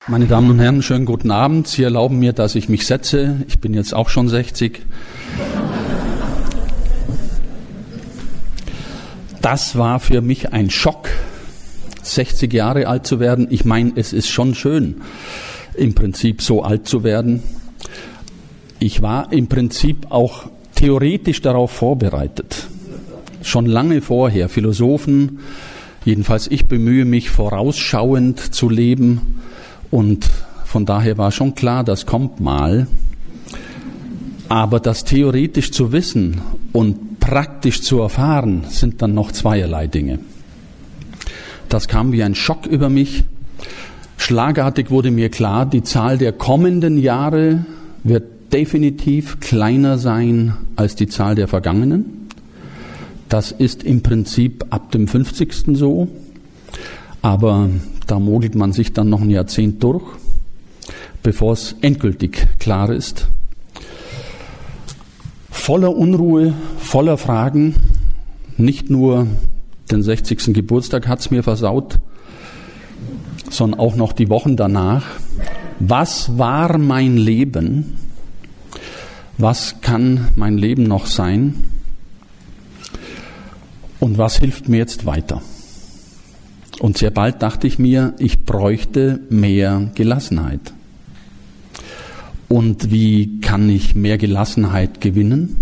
Meine Damen und Herren, schönen guten Abend. Sie erlauben mir, dass ich mich setze. Ich bin jetzt auch schon 60. Das war für mich ein Schock, 60 Jahre alt zu werden. Ich meine, es ist schon schön, im Prinzip so alt zu werden. Ich war im Prinzip auch theoretisch darauf vorbereitet. Schon lange vorher. Philosophen, jedenfalls ich bemühe mich, vorausschauend zu leben. Und von daher war schon klar, das kommt mal. Aber das theoretisch zu wissen und praktisch zu erfahren, sind dann noch zweierlei Dinge. Das kam wie ein Schock über mich. Schlagartig wurde mir klar, die Zahl der kommenden Jahre wird definitiv kleiner sein als die Zahl der vergangenen. Das ist im Prinzip ab dem 50. so. Aber da mogelt man sich dann noch ein Jahrzehnt durch, bevor es endgültig klar ist. Voller Unruhe, voller Fragen. Nicht nur den 60. Geburtstag hat es mir versaut, sondern auch noch die Wochen danach. Was war mein Leben? Was kann mein Leben noch sein? Und was hilft mir jetzt weiter? Und sehr bald dachte ich mir, ich bräuchte mehr Gelassenheit. Und wie kann ich mehr Gelassenheit gewinnen?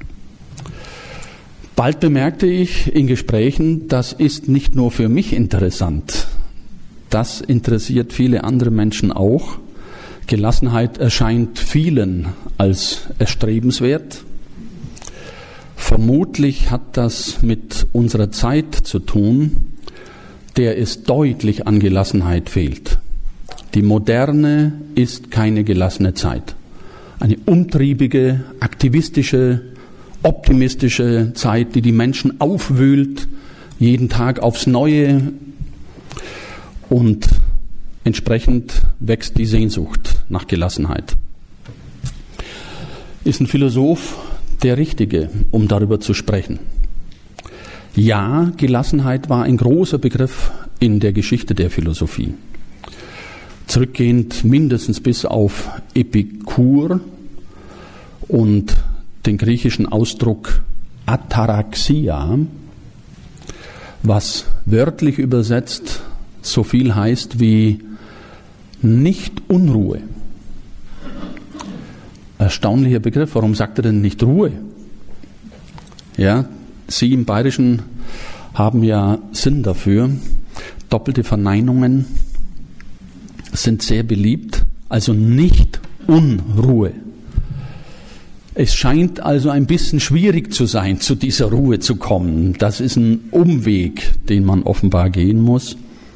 Bald bemerkte ich in Gesprächen, das ist nicht nur für mich interessant. Das interessiert viele andere Menschen auch. Gelassenheit erscheint vielen als erstrebenswert. Vermutlich hat das mit unserer Zeit zu tun, der es deutlich an Gelassenheit fehlt. Die Moderne ist keine gelassene Zeit. Eine umtriebige, aktivistische, optimistische Zeit, die die Menschen aufwühlt, jeden Tag aufs Neue. Und entsprechend wächst die Sehnsucht nach Gelassenheit. Ist ein Philosoph der Richtige, um darüber zu sprechen? Ja, Gelassenheit war ein großer Begriff in der Geschichte der Philosophie. Zurückgehend mindestens bis auf Epikur und den griechischen Ausdruck Ataraxia, was wörtlich übersetzt so viel heißt wie nicht Unruhe. Erstaunlicher Begriff, warum sagt er denn nicht Ruhe? Ja, Sie im Bayerischen haben ja Sinn dafür. Doppelte Verneinungen sind sehr beliebt, also nicht Unruhe. Es scheint also ein bisschen schwierig zu sein, zu dieser Ruhe zu kommen. Das ist ein Umweg, den man offenbar gehen muss.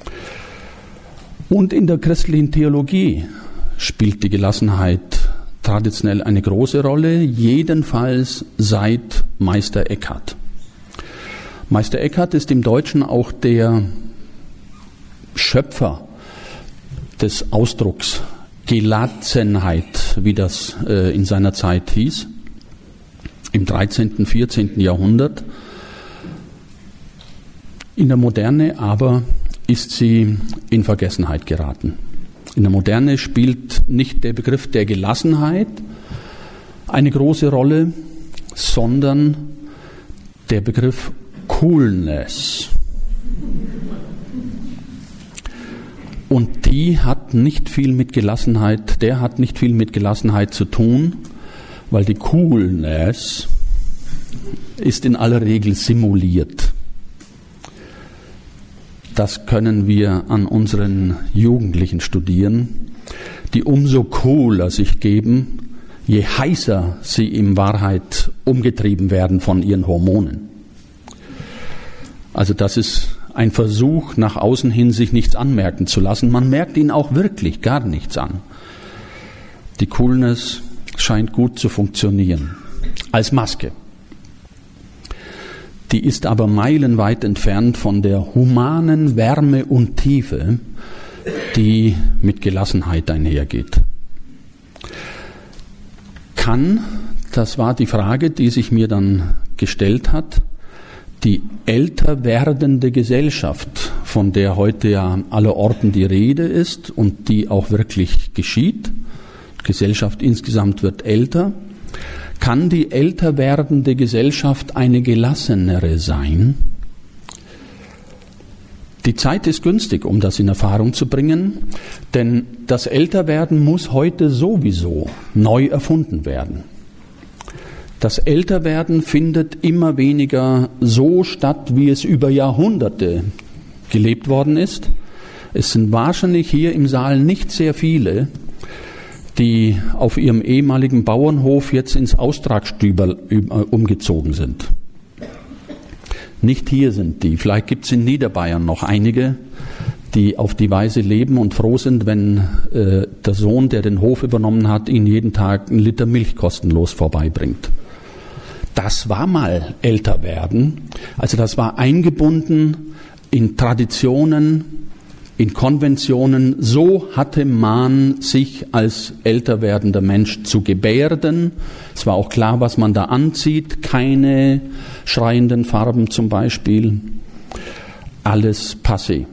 Und in der christlichen Theologie spielt die Gelassenheit traditionell eine große Rolle, jedenfalls seit Meister Eckhart. Meister Eckhart ist im Deutschen auch der Schöpfer des Ausdrucks Gelassenheit, wie das in seiner Zeit hieß, im 13., 14. Jahrhundert. In der Moderne aber ist sie in Vergessenheit geraten. In der Moderne spielt nicht der Begriff der Gelassenheit eine große Rolle, sondern der Begriff Coolness. Und der hat nicht viel mit Gelassenheit zu tun, weil die Coolness ist in aller Regel simuliert. Das können wir an unseren Jugendlichen studieren, die umso cooler sich geben, je heißer sie in Wahrheit umgetrieben werden von ihren Hormonen. Also das ist ein Versuch, nach außen hin sich nichts anmerken zu lassen. Man merkt ihnen auch wirklich gar nichts an. Die Coolness scheint gut zu funktionieren. Als Maske. Die ist aber meilenweit entfernt von der humanen Wärme und Tiefe, die mit Gelassenheit einhergeht. Das war die Frage, die sich mir dann gestellt hat, die älter werdende Gesellschaft von der heute ja allerorten die Rede ist und die auch wirklich geschieht. Die Gesellschaft insgesamt wird älter. Kann die älter werdende Gesellschaft eine gelassenere sein? Die Zeit ist günstig, um das in Erfahrung zu bringen, denn das Älterwerden muss heute sowieso neu erfunden werden. Das Älterwerden findet immer weniger so statt, wie es über Jahrhunderte gelebt worden ist. Es sind wahrscheinlich hier im Saal nicht sehr viele, die auf ihrem ehemaligen Bauernhof jetzt ins Austragstüberl umgezogen sind. Nicht hier sind die. Vielleicht gibt es in Niederbayern noch einige, die auf die Weise leben und froh sind, wenn der Sohn, der den Hof übernommen hat, ihnen jeden Tag 1 Liter Milch kostenlos vorbeibringt. Das war mal älter werden. Also das war eingebunden in Traditionen, in Konventionen. So hatte man sich als älter werdender Mensch zu gebärden. Es war auch klar, was man da anzieht. Keine schreienden Farben zum Beispiel. Alles passé.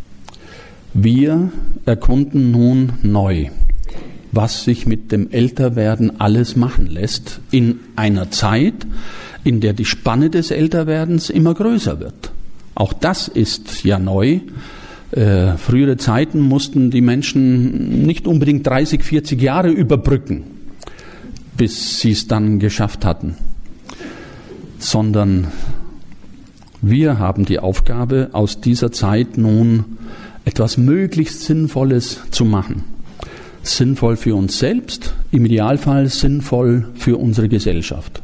Wir erkunden nun neu, was sich mit dem Älterwerden alles machen lässt, in einer Zeit, in der die Spanne des Älterwerdens immer größer wird. Auch das ist ja neu. Frühere Zeiten mussten die Menschen nicht unbedingt 30, 40 Jahre überbrücken, bis sie es dann geschafft hatten, sondern wir haben die Aufgabe, aus dieser Zeit nun etwas möglichst Sinnvolles zu machen. Sinnvoll für uns selbst, im Idealfall sinnvoll für unsere Gesellschaft.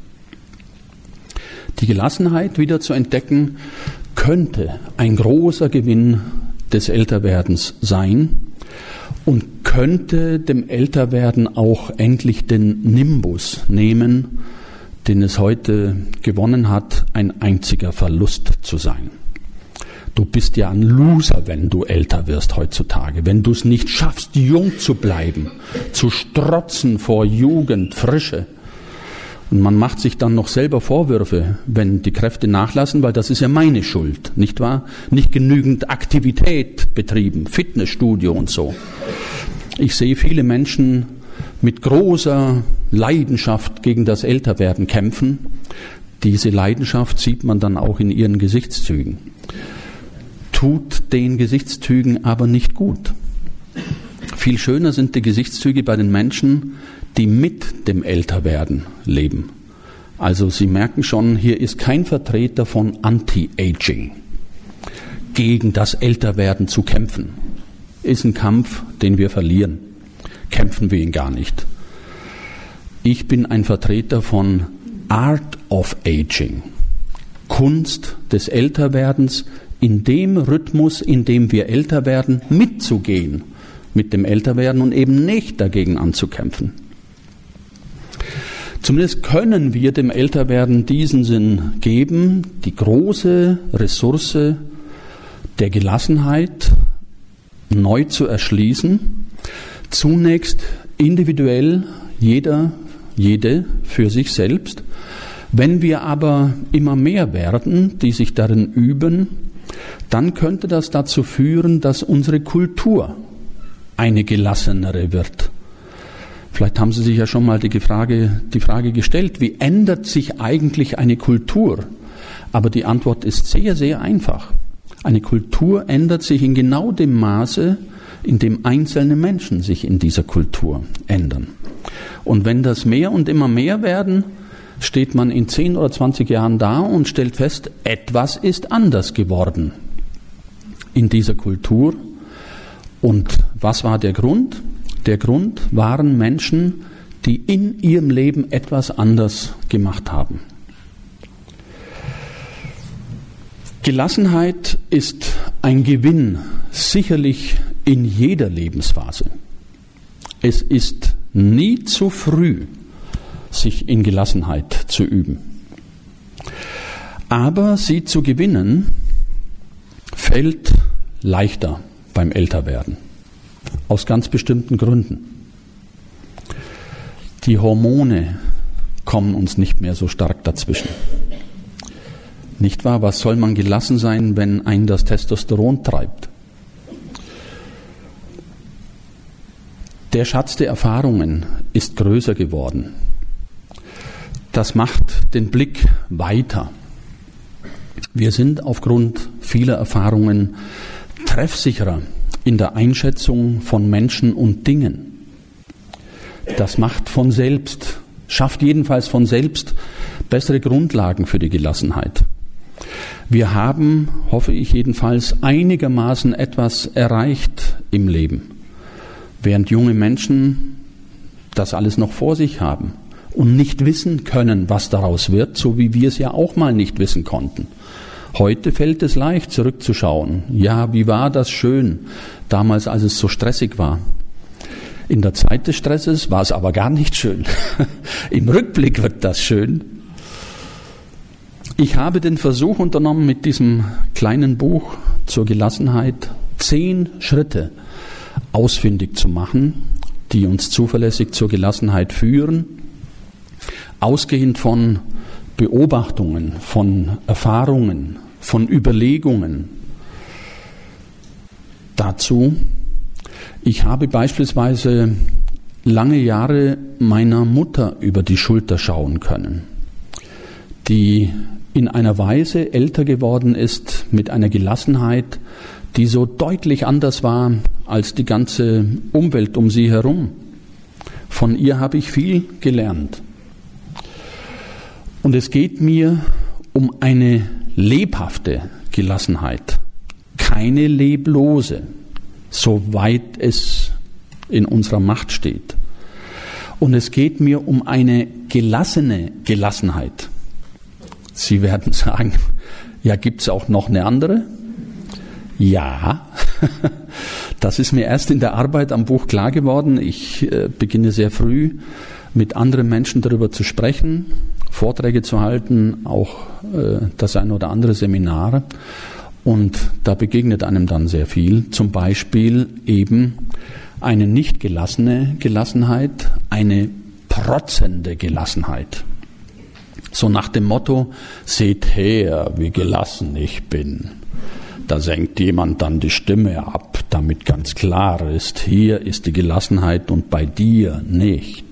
Die Gelassenheit wieder zu entdecken, könnte ein großer Gewinn des Älterwerdens sein und könnte dem Älterwerden auch endlich den Nimbus nehmen, den es heute gewonnen hat, ein einziger Verlust zu sein. Du bist ja ein Loser, wenn du älter wirst heutzutage, wenn du es nicht schaffst, jung zu bleiben, zu strotzen vor Jugend, Frische. Und man macht sich dann noch selber Vorwürfe, wenn die Kräfte nachlassen, weil das ist ja meine Schuld, nicht wahr? Nicht genügend Aktivität betrieben, Fitnessstudio und so. Ich sehe viele Menschen mit großer Leidenschaft gegen das Älterwerden kämpfen. Diese Leidenschaft sieht man dann auch in ihren Gesichtszügen. Tut den Gesichtszügen aber nicht gut. Viel schöner sind die Gesichtszüge bei den Menschen, die mit dem Älterwerden leben. Also Sie merken schon, hier ist kein Vertreter von Anti-Aging. Gegen das Älterwerden zu kämpfen, ist ein Kampf, den wir verlieren. Kämpfen wir ihn gar nicht. Ich bin ein Vertreter von Art of Aging, Kunst des Älterwerdens, in dem Rhythmus, in dem wir älter werden, mitzugehen mit dem Älterwerden und eben nicht dagegen anzukämpfen. Zumindest können wir dem Älterwerden diesen Sinn geben, die große Ressource der Gelassenheit neu zu erschließen, zunächst individuell, jede für sich selbst. Wenn wir aber immer mehr werden, die sich darin üben, dann könnte das dazu führen, dass unsere Kultur eine gelassenere wird. Vielleicht haben Sie sich ja schon mal die Frage gestellt, wie ändert sich eigentlich eine Kultur? Aber die Antwort ist sehr, sehr einfach. Eine Kultur ändert sich in genau dem Maße, in dem einzelne Menschen sich in dieser Kultur ändern. Und wenn das mehr und immer mehr werden, steht man in 10 oder 20 Jahren da und stellt fest, etwas ist anders geworden in dieser Kultur. Und was war der Grund? Der Grund waren Menschen, die in ihrem Leben etwas anders gemacht haben. Gelassenheit ist ein Gewinn, sicherlich in jeder Lebensphase. Es ist nie zu früh, sich in Gelassenheit zu üben. Aber sie zu gewinnen, fällt leichter beim Älterwerden. Aus ganz bestimmten Gründen. Die Hormone kommen uns nicht mehr so stark dazwischen. Nicht wahr? Was soll man gelassen sein, wenn einen das Testosteron treibt? Der Schatz der Erfahrungen ist größer geworden. Das macht den Blick weiter. Wir sind aufgrund vieler Erfahrungen treffsicherer in der Einschätzung von Menschen und Dingen. Das macht von selbst, schafft jedenfalls von selbst bessere Grundlagen für die Gelassenheit. Wir haben, hoffe ich jedenfalls, einigermaßen etwas erreicht im Leben, während junge Menschen das alles noch vor sich haben und nicht wissen können, was daraus wird, so wie wir es ja auch mal nicht wissen konnten. Heute fällt es leicht, zurückzuschauen. Ja, wie war das schön, damals, als es so stressig war. In der Zeit des Stresses war es aber gar nicht schön. Im Rückblick wird das schön. Ich habe den Versuch unternommen, mit diesem kleinen Buch zur Gelassenheit 10 Schritte ausfindig zu machen, die uns zuverlässig zur Gelassenheit führen, ausgehend von Beobachtungen, von Erfahrungen, von Überlegungen. Dazu, ich habe beispielsweise lange Jahre meiner Mutter über die Schulter schauen können, die in einer Weise älter geworden ist, mit einer Gelassenheit, die so deutlich anders war als die ganze Umwelt um sie herum. Von ihr habe ich viel gelernt. Und es geht mir um eine lebhafte Gelassenheit, keine leblose, soweit es in unserer Macht steht. Und es geht mir um eine gelassene Gelassenheit. Sie werden sagen, ja, gibt es auch noch eine andere? Ja, das ist mir erst in der Arbeit am Buch klar geworden. Ich beginne sehr früh mit anderen Menschen darüber zu sprechen, Vorträge zu halten, auch das ein oder andere Seminar. Und da begegnet einem dann sehr viel. Zum Beispiel eben eine nicht gelassene Gelassenheit, eine protzende Gelassenheit. So nach dem Motto, seht her, wie gelassen ich bin. Da senkt jemand dann die Stimme ab, damit ganz klar ist, hier ist die Gelassenheit und bei dir nicht.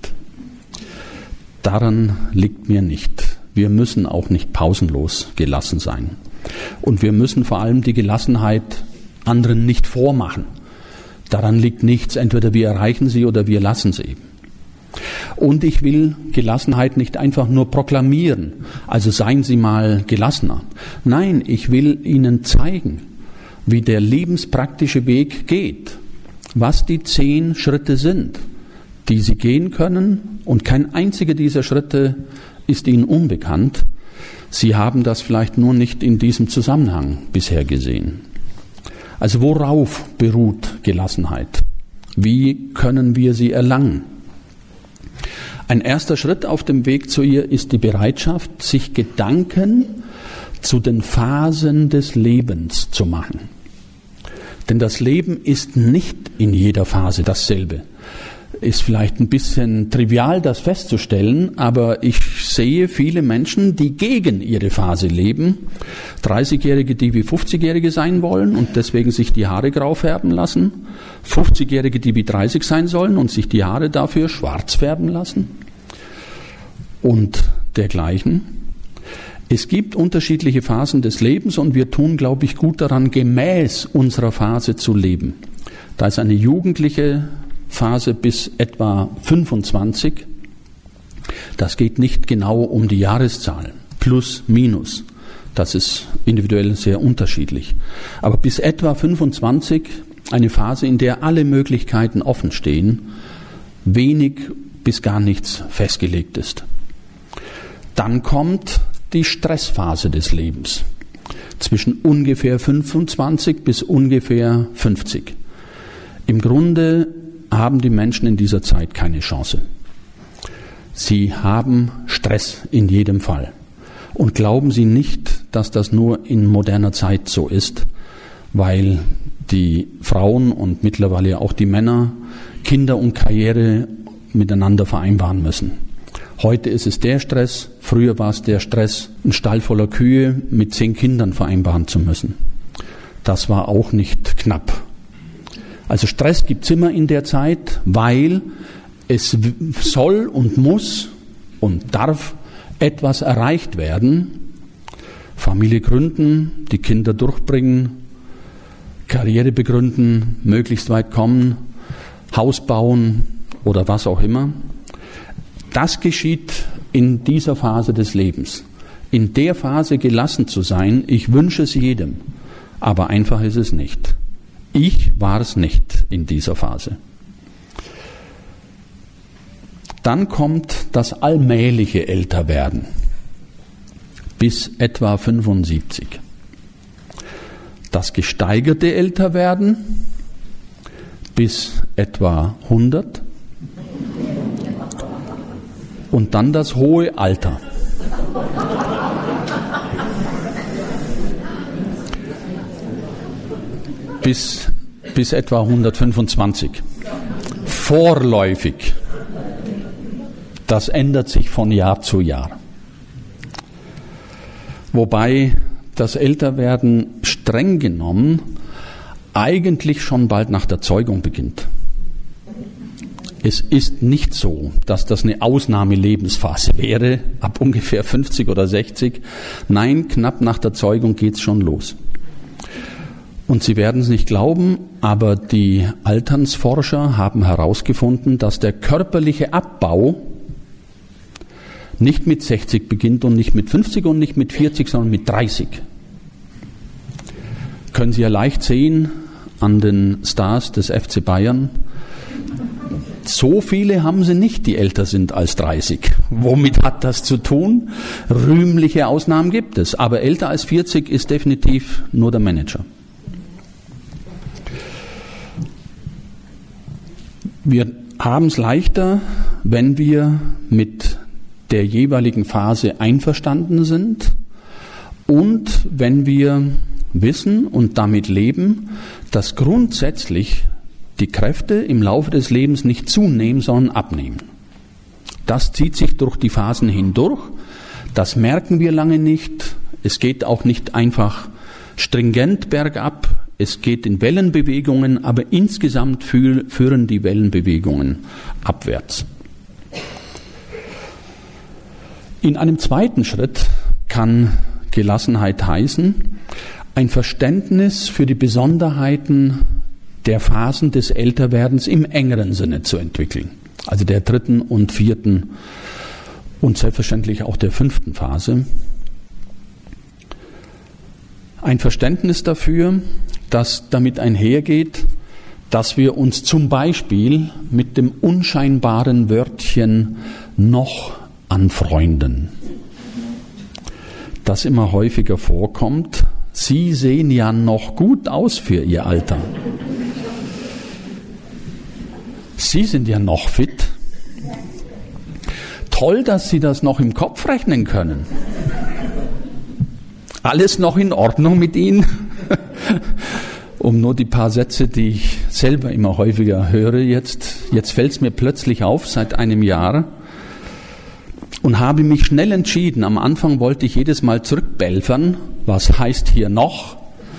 Daran liegt mir nicht. Wir müssen auch nicht pausenlos gelassen sein. Und wir müssen vor allem die Gelassenheit anderen nicht vormachen. Daran liegt nichts, entweder wir erreichen sie oder wir lassen sie. Und ich will Gelassenheit nicht einfach nur proklamieren, also seien Sie mal gelassener. Nein, ich will Ihnen zeigen, wie der lebenspraktische Weg geht, was die 10 Schritte sind, die Sie gehen können, und kein einziger dieser Schritte ist Ihnen unbekannt. Sie haben das vielleicht nur nicht in diesem Zusammenhang bisher gesehen. Also worauf beruht Gelassenheit? Wie können wir sie erlangen? Ein erster Schritt auf dem Weg zu ihr ist die Bereitschaft, sich Gedanken zu den Phasen des Lebens zu machen. Denn das Leben ist nicht in jeder Phase dasselbe. Ist vielleicht ein bisschen trivial, das festzustellen, aber ich sehe viele Menschen, die gegen ihre Phase leben. 30-Jährige, die wie 50-Jährige sein wollen und deswegen sich die Haare grau färben lassen. 50-Jährige, die wie 30 sein sollen und sich die Haare dafür schwarz färben lassen. Und dergleichen. Es gibt unterschiedliche Phasen des Lebens und wir tun, glaube ich, gut daran, gemäß unserer Phase zu leben. Da ist eine jugendliche Phase bis etwa 25. Das geht nicht genau um die Jahreszahl. Plus, minus. Das ist individuell sehr unterschiedlich. Aber bis etwa 25 eine Phase, in der alle Möglichkeiten offen stehen, wenig bis gar nichts festgelegt ist. Dann kommt die Stressphase des Lebens. Zwischen ungefähr 25 bis ungefähr 50. Im Grunde haben die Menschen in dieser Zeit keine Chance. Sie haben Stress in jedem Fall. Und glauben Sie nicht, dass das nur in moderner Zeit so ist, weil die Frauen und mittlerweile auch die Männer Kinder und Karriere miteinander vereinbaren müssen. Heute ist es der Stress, Früher war es der Stress, einen Stall voller Kühe mit 10 Kindern vereinbaren zu müssen. Das war auch nicht knapp. Also Stress gibt's immer in der Zeit, weil es soll und muss und darf etwas erreicht werden. Familie gründen, die Kinder durchbringen, Karriere begründen, möglichst weit kommen, Haus bauen oder was auch immer. Das geschieht in dieser Phase des Lebens. In der Phase gelassen zu sein, ich wünsche es jedem, aber einfach ist es nicht. Ich war es nicht in dieser Phase. Dann kommt das allmähliche Älterwerden bis etwa 75. Das gesteigerte Älterwerden bis etwa 100 und dann das hohe Alter. Bis etwa 125. Vorläufig. Das ändert sich von Jahr zu Jahr. Wobei das Älterwerden streng genommen eigentlich schon bald nach der Zeugung beginnt. Es ist nicht so, dass das eine Ausnahmelebensphase wäre, ab ungefähr 50 oder 60. Nein, knapp nach der Zeugung geht's schon los. Und Sie werden es nicht glauben, aber die Alternsforscher haben herausgefunden, dass der körperliche Abbau nicht mit 60 beginnt und nicht mit 50 und nicht mit 40, sondern mit 30. Können Sie ja leicht sehen an den Stars des FC Bayern. So viele haben sie nicht, die älter sind als 30. Womit hat das zu tun? Rühmliche Ausnahmen gibt es, aber älter als 40 ist definitiv nur der Manager. Wir haben es leichter, wenn wir mit der jeweiligen Phase einverstanden sind und wenn wir wissen und damit leben, dass grundsätzlich die Kräfte im Laufe des Lebens nicht zunehmen, sondern abnehmen. Das zieht sich durch die Phasen hindurch. Das merken wir lange nicht. Es geht auch nicht einfach stringent bergab. Es geht in Wellenbewegungen, aber insgesamt führen die Wellenbewegungen abwärts. In einem zweiten Schritt kann Gelassenheit heißen, ein Verständnis für die Besonderheiten der Phasen des Älterwerdens im engeren Sinne zu entwickeln. Also der 3. und 4. und selbstverständlich auch der 5. Phase. Ein Verständnis dafür, das damit einhergeht, dass wir uns zum Beispiel mit dem unscheinbaren Wörtchen noch anfreunden, das immer häufiger vorkommt. Sie sehen ja noch gut aus für Ihr Alter. Sie sind ja noch fit. Toll, dass Sie das noch im Kopf rechnen können. Alles noch in Ordnung mit Ihnen? Um nur die paar Sätze, die ich selber immer häufiger höre, jetzt fällt es mir plötzlich auf, seit einem Jahr, und habe mich schnell entschieden. Am Anfang wollte ich jedes Mal zurückbelfern, was heißt hier noch?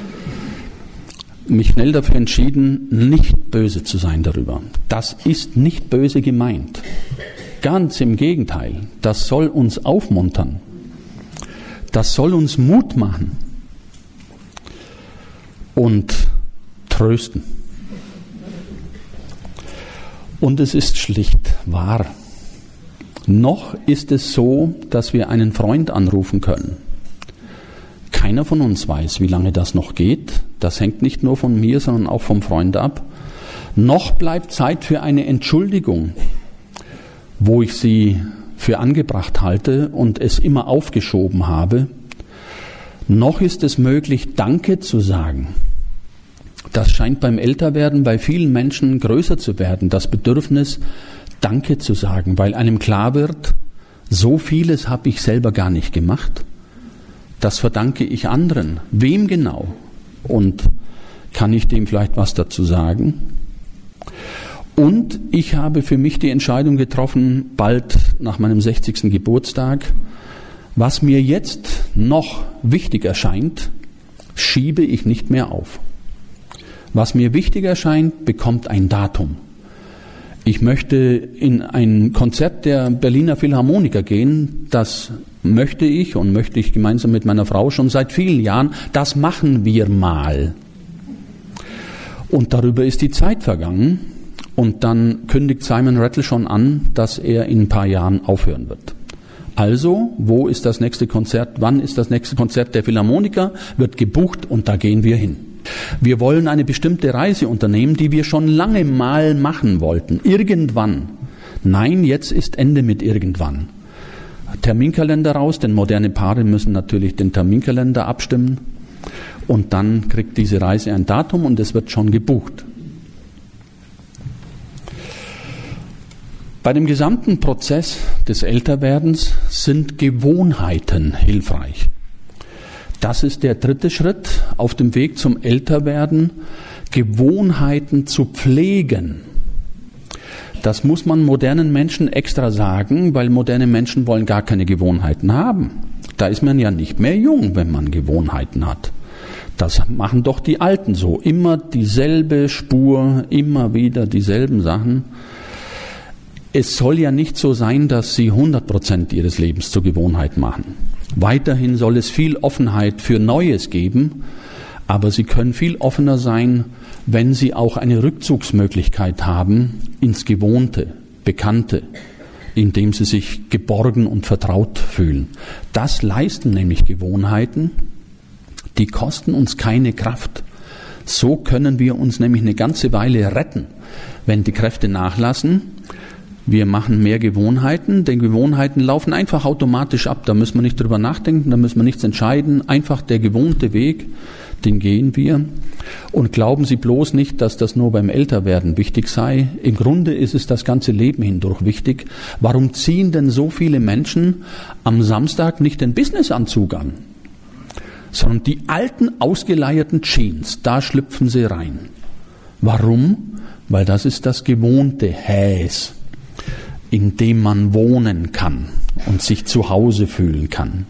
Mich schnell dafür entschieden, nicht böse zu sein darüber. Das ist nicht böse gemeint. Ganz im Gegenteil. Das soll uns aufmuntern. Das soll uns Mut machen und trösten. Und es ist schlicht wahr. Noch ist es so, dass wir einen Freund anrufen können. Keiner von uns weiß, wie lange das noch geht. Das hängt nicht nur von mir, sondern auch vom Freund ab. Noch bleibt Zeit für eine Entschuldigung, wo ich sie für angebracht halte und es immer aufgeschoben habe. Noch ist es möglich, Danke zu sagen. Das scheint beim Älterwerden bei vielen Menschen größer zu werden, das Bedürfnis, Danke zu sagen, weil einem klar wird, so vieles habe ich selber gar nicht gemacht. Das verdanke ich anderen. Wem genau? Und kann ich dem vielleicht was dazu sagen? Und ich habe für mich die Entscheidung getroffen, bald nach meinem 60. Geburtstag Was mir jetzt noch wichtig erscheint, schiebe ich nicht mehr auf. Was mir wichtig erscheint, bekommt ein Datum. Ich möchte in ein Konzert der Berliner Philharmoniker gehen, das möchte ich gemeinsam mit meiner Frau schon seit vielen Jahren, das machen wir mal. Und darüber ist die Zeit vergangen und dann kündigt Simon Rattle schon an, dass er in ein paar Jahren aufhören wird. Also, wo ist das nächste Konzert? Wann ist das nächste Konzert der Philharmoniker? Wird gebucht und da gehen wir hin. Wir wollen eine bestimmte Reise unternehmen, die wir schon lange mal machen wollten. Irgendwann. Nein, jetzt ist Ende mit irgendwann. Terminkalender raus, denn moderne Paare müssen natürlich den Terminkalender abstimmen. Und dann kriegt diese Reise ein Datum und es wird schon gebucht. Bei dem gesamten Prozess des Älterwerdens sind Gewohnheiten hilfreich. Das ist der dritte Schritt auf dem Weg zum Älterwerden, Gewohnheiten zu pflegen. Das muss man modernen Menschen extra sagen, weil moderne Menschen wollen gar keine Gewohnheiten haben. Da ist man ja nicht mehr jung, wenn man Gewohnheiten hat. Das machen doch die Alten so. Immer dieselbe Spur, immer wieder dieselben Sachen. Es soll ja nicht so sein, dass Sie 100% Ihres Lebens zur Gewohnheit machen. Weiterhin soll es viel Offenheit für Neues geben, aber Sie können viel offener sein, wenn Sie auch eine Rückzugsmöglichkeit haben ins Gewohnte, Bekannte, indem Sie sich geborgen und vertraut fühlen. Das leisten nämlich Gewohnheiten, die kosten uns keine Kraft. So können wir uns nämlich eine ganze Weile retten, wenn die Kräfte nachlassen. Wir machen mehr Gewohnheiten, denn Gewohnheiten laufen einfach automatisch ab. Da müssen wir nicht drüber nachdenken, da müssen wir nichts entscheiden. Einfach der gewohnte Weg, den gehen wir. Und glauben Sie bloß nicht, dass das nur beim Älterwerden wichtig sei. Im Grunde ist es das ganze Leben hindurch wichtig. Warum ziehen denn so viele Menschen am Samstag nicht den Businessanzug an, sondern die alten, ausgeleierten Jeans, da schlüpfen sie rein. Warum? Weil das ist das gewohnte Häs, in dem man wohnen kann und sich zu Hause fühlen kann.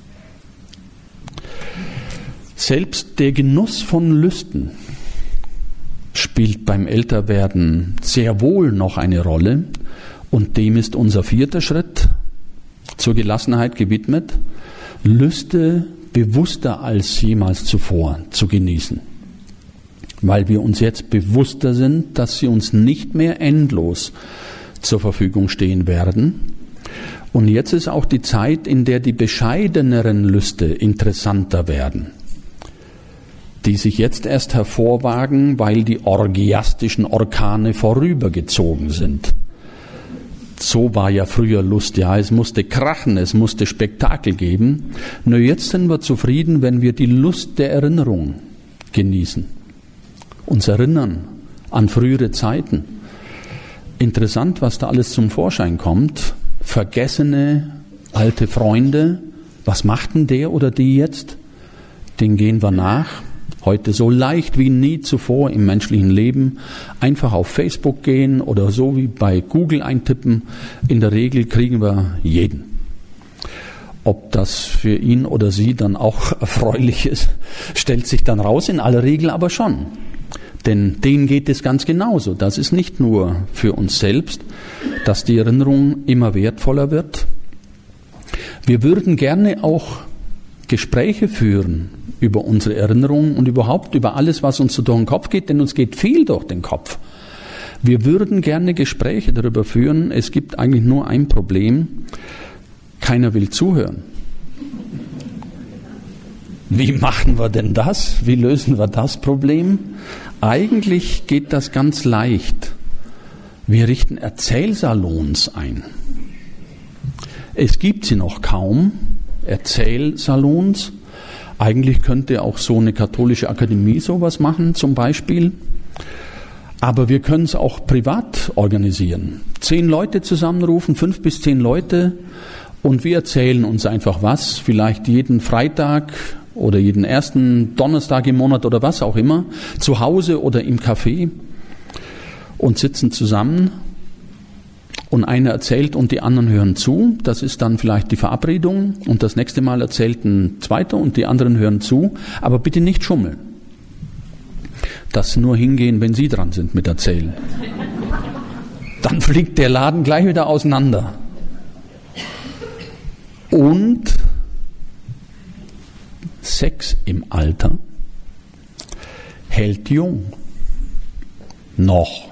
Selbst der Genuss von Lüsten spielt beim Älterwerden sehr wohl noch eine Rolle und dem ist unser vierter Schritt zur Gelassenheit gewidmet, Lüste bewusster als jemals zuvor zu genießen, weil wir uns jetzt bewusster sind, dass sie uns nicht mehr endlos zur Verfügung stehen werden. Und jetzt ist auch die Zeit, in der die bescheideneren Lüste interessanter werden, die sich jetzt erst hervorwagen, weil die orgiastischen Orkane vorübergezogen sind. So war ja früher Lust, ja, es musste krachen, es musste Spektakel geben. Nur jetzt sind wir zufrieden, wenn wir die Lust der Erinnerung genießen, uns erinnern an frühere Zeiten. Interessant, was da alles zum Vorschein kommt. Vergessene alte Freunde, was macht denn der oder die jetzt? Den gehen wir nach. Heute so leicht wie nie zuvor im menschlichen Leben. Einfach auf Facebook gehen oder so wie bei Google eintippen. In der Regel kriegen wir jeden. Ob das für ihn oder sie dann auch erfreulich ist, stellt sich dann raus, in aller Regel aber schon. Denn denen geht es ganz genauso. Das ist nicht nur für uns selbst, dass die Erinnerung immer wertvoller wird. Wir würden gerne auch Gespräche führen über unsere Erinnerungen und überhaupt über alles, was uns so durch den Kopf geht, denn uns geht viel durch den Kopf. Wir würden gerne Gespräche darüber führen. Es gibt eigentlich nur ein Problem. Keiner will zuhören. Wie machen wir denn das? Wie lösen wir das Problem? Eigentlich geht das ganz leicht. Wir richten Erzählsalons ein. Es gibt sie noch kaum, Erzählsalons. Eigentlich könnte auch so eine katholische Akademie sowas machen, zum Beispiel. Aber wir können es auch privat organisieren. 10 Leute zusammenrufen, 5 bis 10 Leute, und wir erzählen uns einfach was, vielleicht jeden Freitag oder jeden ersten Donnerstag im Monat oder was auch immer, zu Hause oder im Café, und sitzen zusammen und einer erzählt und die anderen hören zu. Das ist dann vielleicht die Verabredung und das nächste Mal erzählt ein zweiter und die anderen hören zu. Aber bitte nicht schummeln. Das nur hingehen, wenn Sie dran sind mit Erzählen. Dann fliegt der Laden gleich wieder auseinander. Und Sex im Alter hält jung. Noch.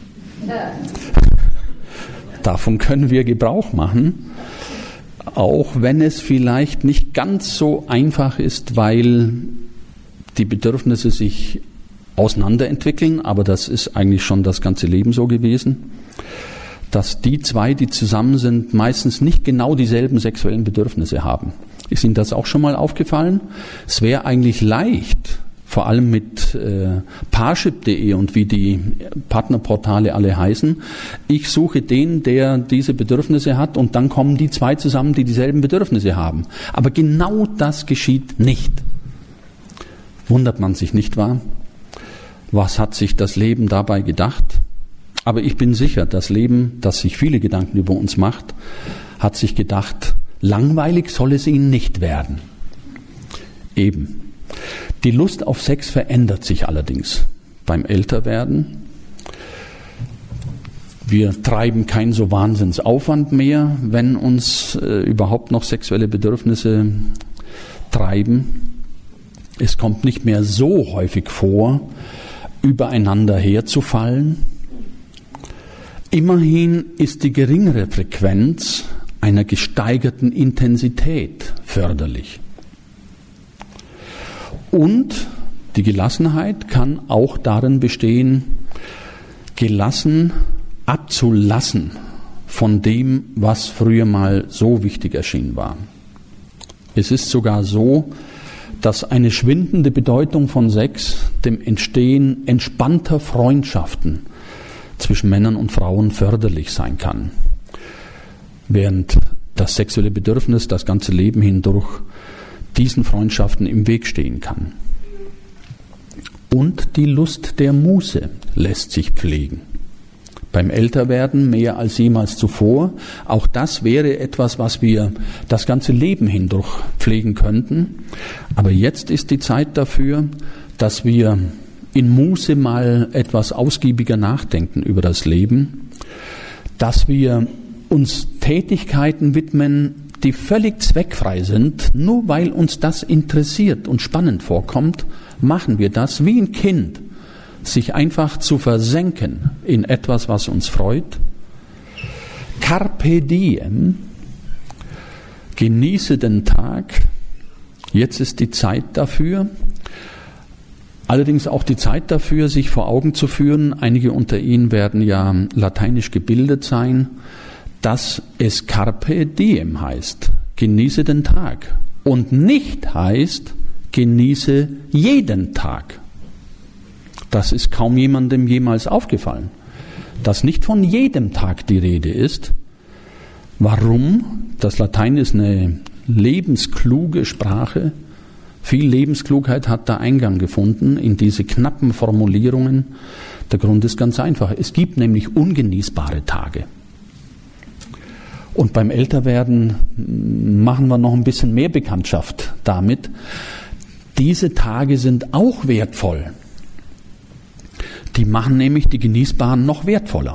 Davon können wir Gebrauch machen, auch wenn es vielleicht nicht ganz so einfach ist, weil die Bedürfnisse sich auseinanderentwickeln, aber das ist eigentlich schon das ganze Leben so gewesen, dass die zwei, die zusammen sind, meistens nicht genau dieselben sexuellen Bedürfnisse haben. Ist Ihnen das auch schon mal aufgefallen? Es wäre eigentlich leicht, vor allem mit Parship.de und wie die Partnerportale alle heißen. Ich suche den, der diese Bedürfnisse hat und dann kommen die zwei zusammen, die dieselben Bedürfnisse haben. Aber genau das geschieht nicht. Wundert man sich, nicht wahr? Was hat sich das Leben dabei gedacht? Aber ich bin sicher, das Leben, das sich viele Gedanken über uns macht, hat sich gedacht, langweilig soll es ihnen nicht werden. Eben. Die Lust auf Sex verändert sich allerdings beim Älterwerden. Wir treiben keinen so Wahnsinnsaufwand mehr, wenn uns überhaupt noch sexuelle Bedürfnisse treiben. Es kommt nicht mehr so häufig vor, übereinander herzufallen. Immerhin ist die geringere Frequenz einer gesteigerten Intensität förderlich. Und die Gelassenheit kann auch darin bestehen, gelassen abzulassen von dem, was früher mal so wichtig erschienen war. Es ist sogar so, dass eine schwindende Bedeutung von Sex dem Entstehen entspannter Freundschaften zwischen Männern und Frauen förderlich sein kann, während das sexuelle Bedürfnis das ganze Leben hindurch diesen Freundschaften im Weg stehen kann. Und die Lust der Muße lässt sich pflegen. Beim Älterwerden mehr als jemals zuvor. Auch das wäre etwas, was wir das ganze Leben hindurch pflegen könnten. Aber jetzt ist die Zeit dafür, dass wir in Muße mal etwas ausgiebiger nachdenken über das Leben, dass wir uns Tätigkeiten widmen, die völlig zweckfrei sind. Nur weil uns das interessiert und spannend vorkommt, machen wir das wie ein Kind, sich einfach zu versenken in etwas, was uns freut. Carpe diem, genieße den Tag. Jetzt ist die Zeit dafür. Allerdings auch die Zeit dafür, sich vor Augen zu führen, einige unter Ihnen werden ja lateinisch gebildet sein, dass es Carpe diem heißt, genieße den Tag. Und nicht heißt, genieße jeden Tag. Das ist kaum jemandem jemals aufgefallen, dass nicht von jedem Tag die Rede ist. Warum? Das Latein ist eine lebenskluge Sprache. Viel Lebensklugheit hat da Eingang gefunden in diese knappen Formulierungen. Der Grund ist ganz einfach. Es gibt nämlich ungenießbare Tage. Und beim Älterwerden machen wir noch ein bisschen mehr Bekanntschaft damit. Diese Tage sind auch wertvoll. Die machen nämlich die genießbaren noch wertvoller.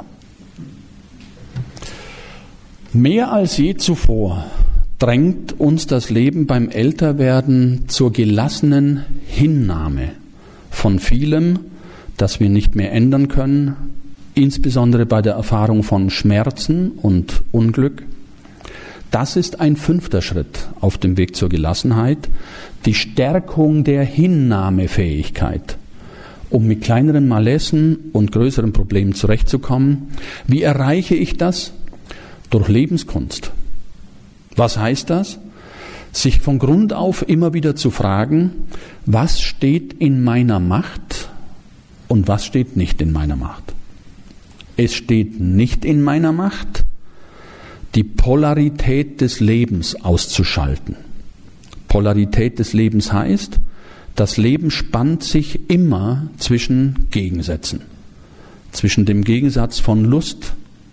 Mehr als je zuvor drängt uns das Leben beim Älterwerden zur gelassenen Hinnahme von vielem, das wir nicht mehr ändern können, insbesondere bei der Erfahrung von Schmerzen und Unglück. Das ist ein 5. Schritt auf dem Weg zur Gelassenheit, die Stärkung der Hinnahmefähigkeit, um mit kleineren Malessen und größeren Problemen zurechtzukommen. Wie erreiche ich das? Durch Lebenskunst. Was heißt das? Sich von Grund auf immer wieder zu fragen, was steht in meiner Macht und was steht nicht in meiner Macht. Es steht nicht in meiner Macht, die Polarität des Lebens auszuschalten. Polarität des Lebens heißt, das Leben spannt sich immer zwischen Gegensätzen. Zwischen dem Gegensatz von Lust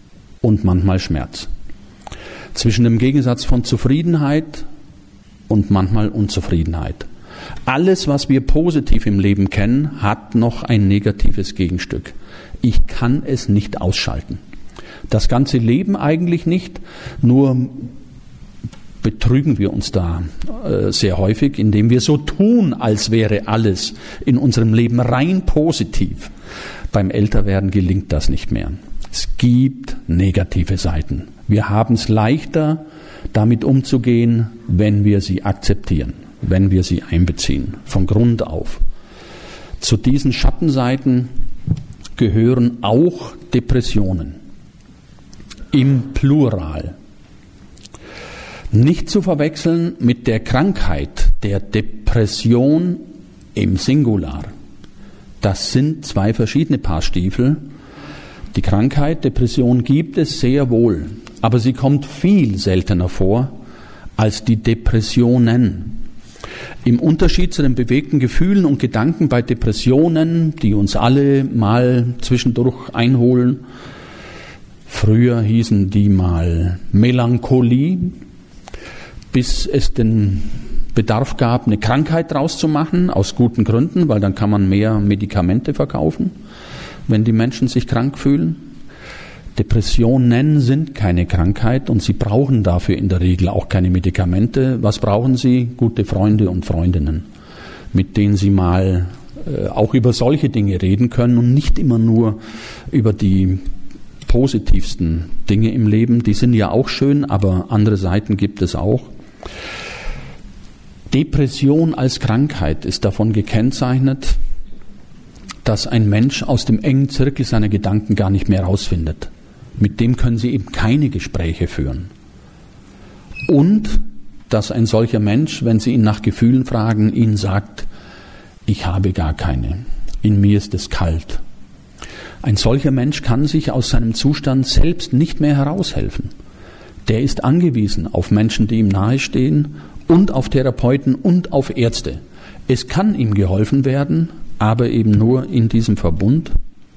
und manchmal Schmerz. Zwischen dem Gegensatz von Zufriedenheit und manchmal Unzufriedenheit. Alles, was wir positiv im Leben kennen, hat noch ein negatives Gegenstück. Ich kann es nicht ausschalten. Das ganze Leben eigentlich nicht, nur betrügen wir uns da sehr häufig, indem wir so tun, als wäre alles in unserem Leben rein positiv. Beim Älterwerden gelingt das nicht mehr. Es gibt negative Seiten. Wir haben es leichter, damit umzugehen, wenn wir sie akzeptieren, wenn wir sie einbeziehen, von Grund auf. Zu diesen Schattenseiten gehören auch Depressionen. Im Plural. Nicht zu verwechseln mit der Krankheit der Depression im Singular. Das sind zwei verschiedene Paar Stiefel. Die Krankheit Depression gibt es sehr wohl, aber sie kommt viel seltener vor als die Depressionen. Im Unterschied zu den bewegten Gefühlen und Gedanken bei Depressionen, die uns alle mal zwischendurch einholen, früher hießen die mal Melancholie, bis es den Bedarf gab, eine Krankheit draus zu machen, aus guten Gründen, weil dann kann man mehr Medikamente verkaufen, wenn die Menschen sich krank fühlen. Depressionen sind keine Krankheit und sie brauchen dafür in der Regel auch keine Medikamente. Was brauchen sie? Gute Freunde und Freundinnen, mit denen sie mal auch über solche Dinge reden können und nicht immer nur über die positivsten Dinge im Leben. Die sind ja auch schön, aber andere Seiten gibt es auch. Depression als Krankheit ist davon gekennzeichnet, dass ein Mensch aus dem engen Zirkel seiner Gedanken gar nicht mehr rausfindet. Mit dem können Sie eben keine Gespräche führen. Und dass ein solcher Mensch, wenn Sie ihn nach Gefühlen fragen, Ihnen sagt, ich habe gar keine, in mir ist es kalt. Ein solcher Mensch kann sich aus seinem Zustand selbst nicht mehr heraushelfen. Der ist angewiesen auf Menschen, die ihm nahestehen und auf Therapeuten und auf Ärzte. Es kann ihm geholfen werden, aber eben nur in diesem Verbund.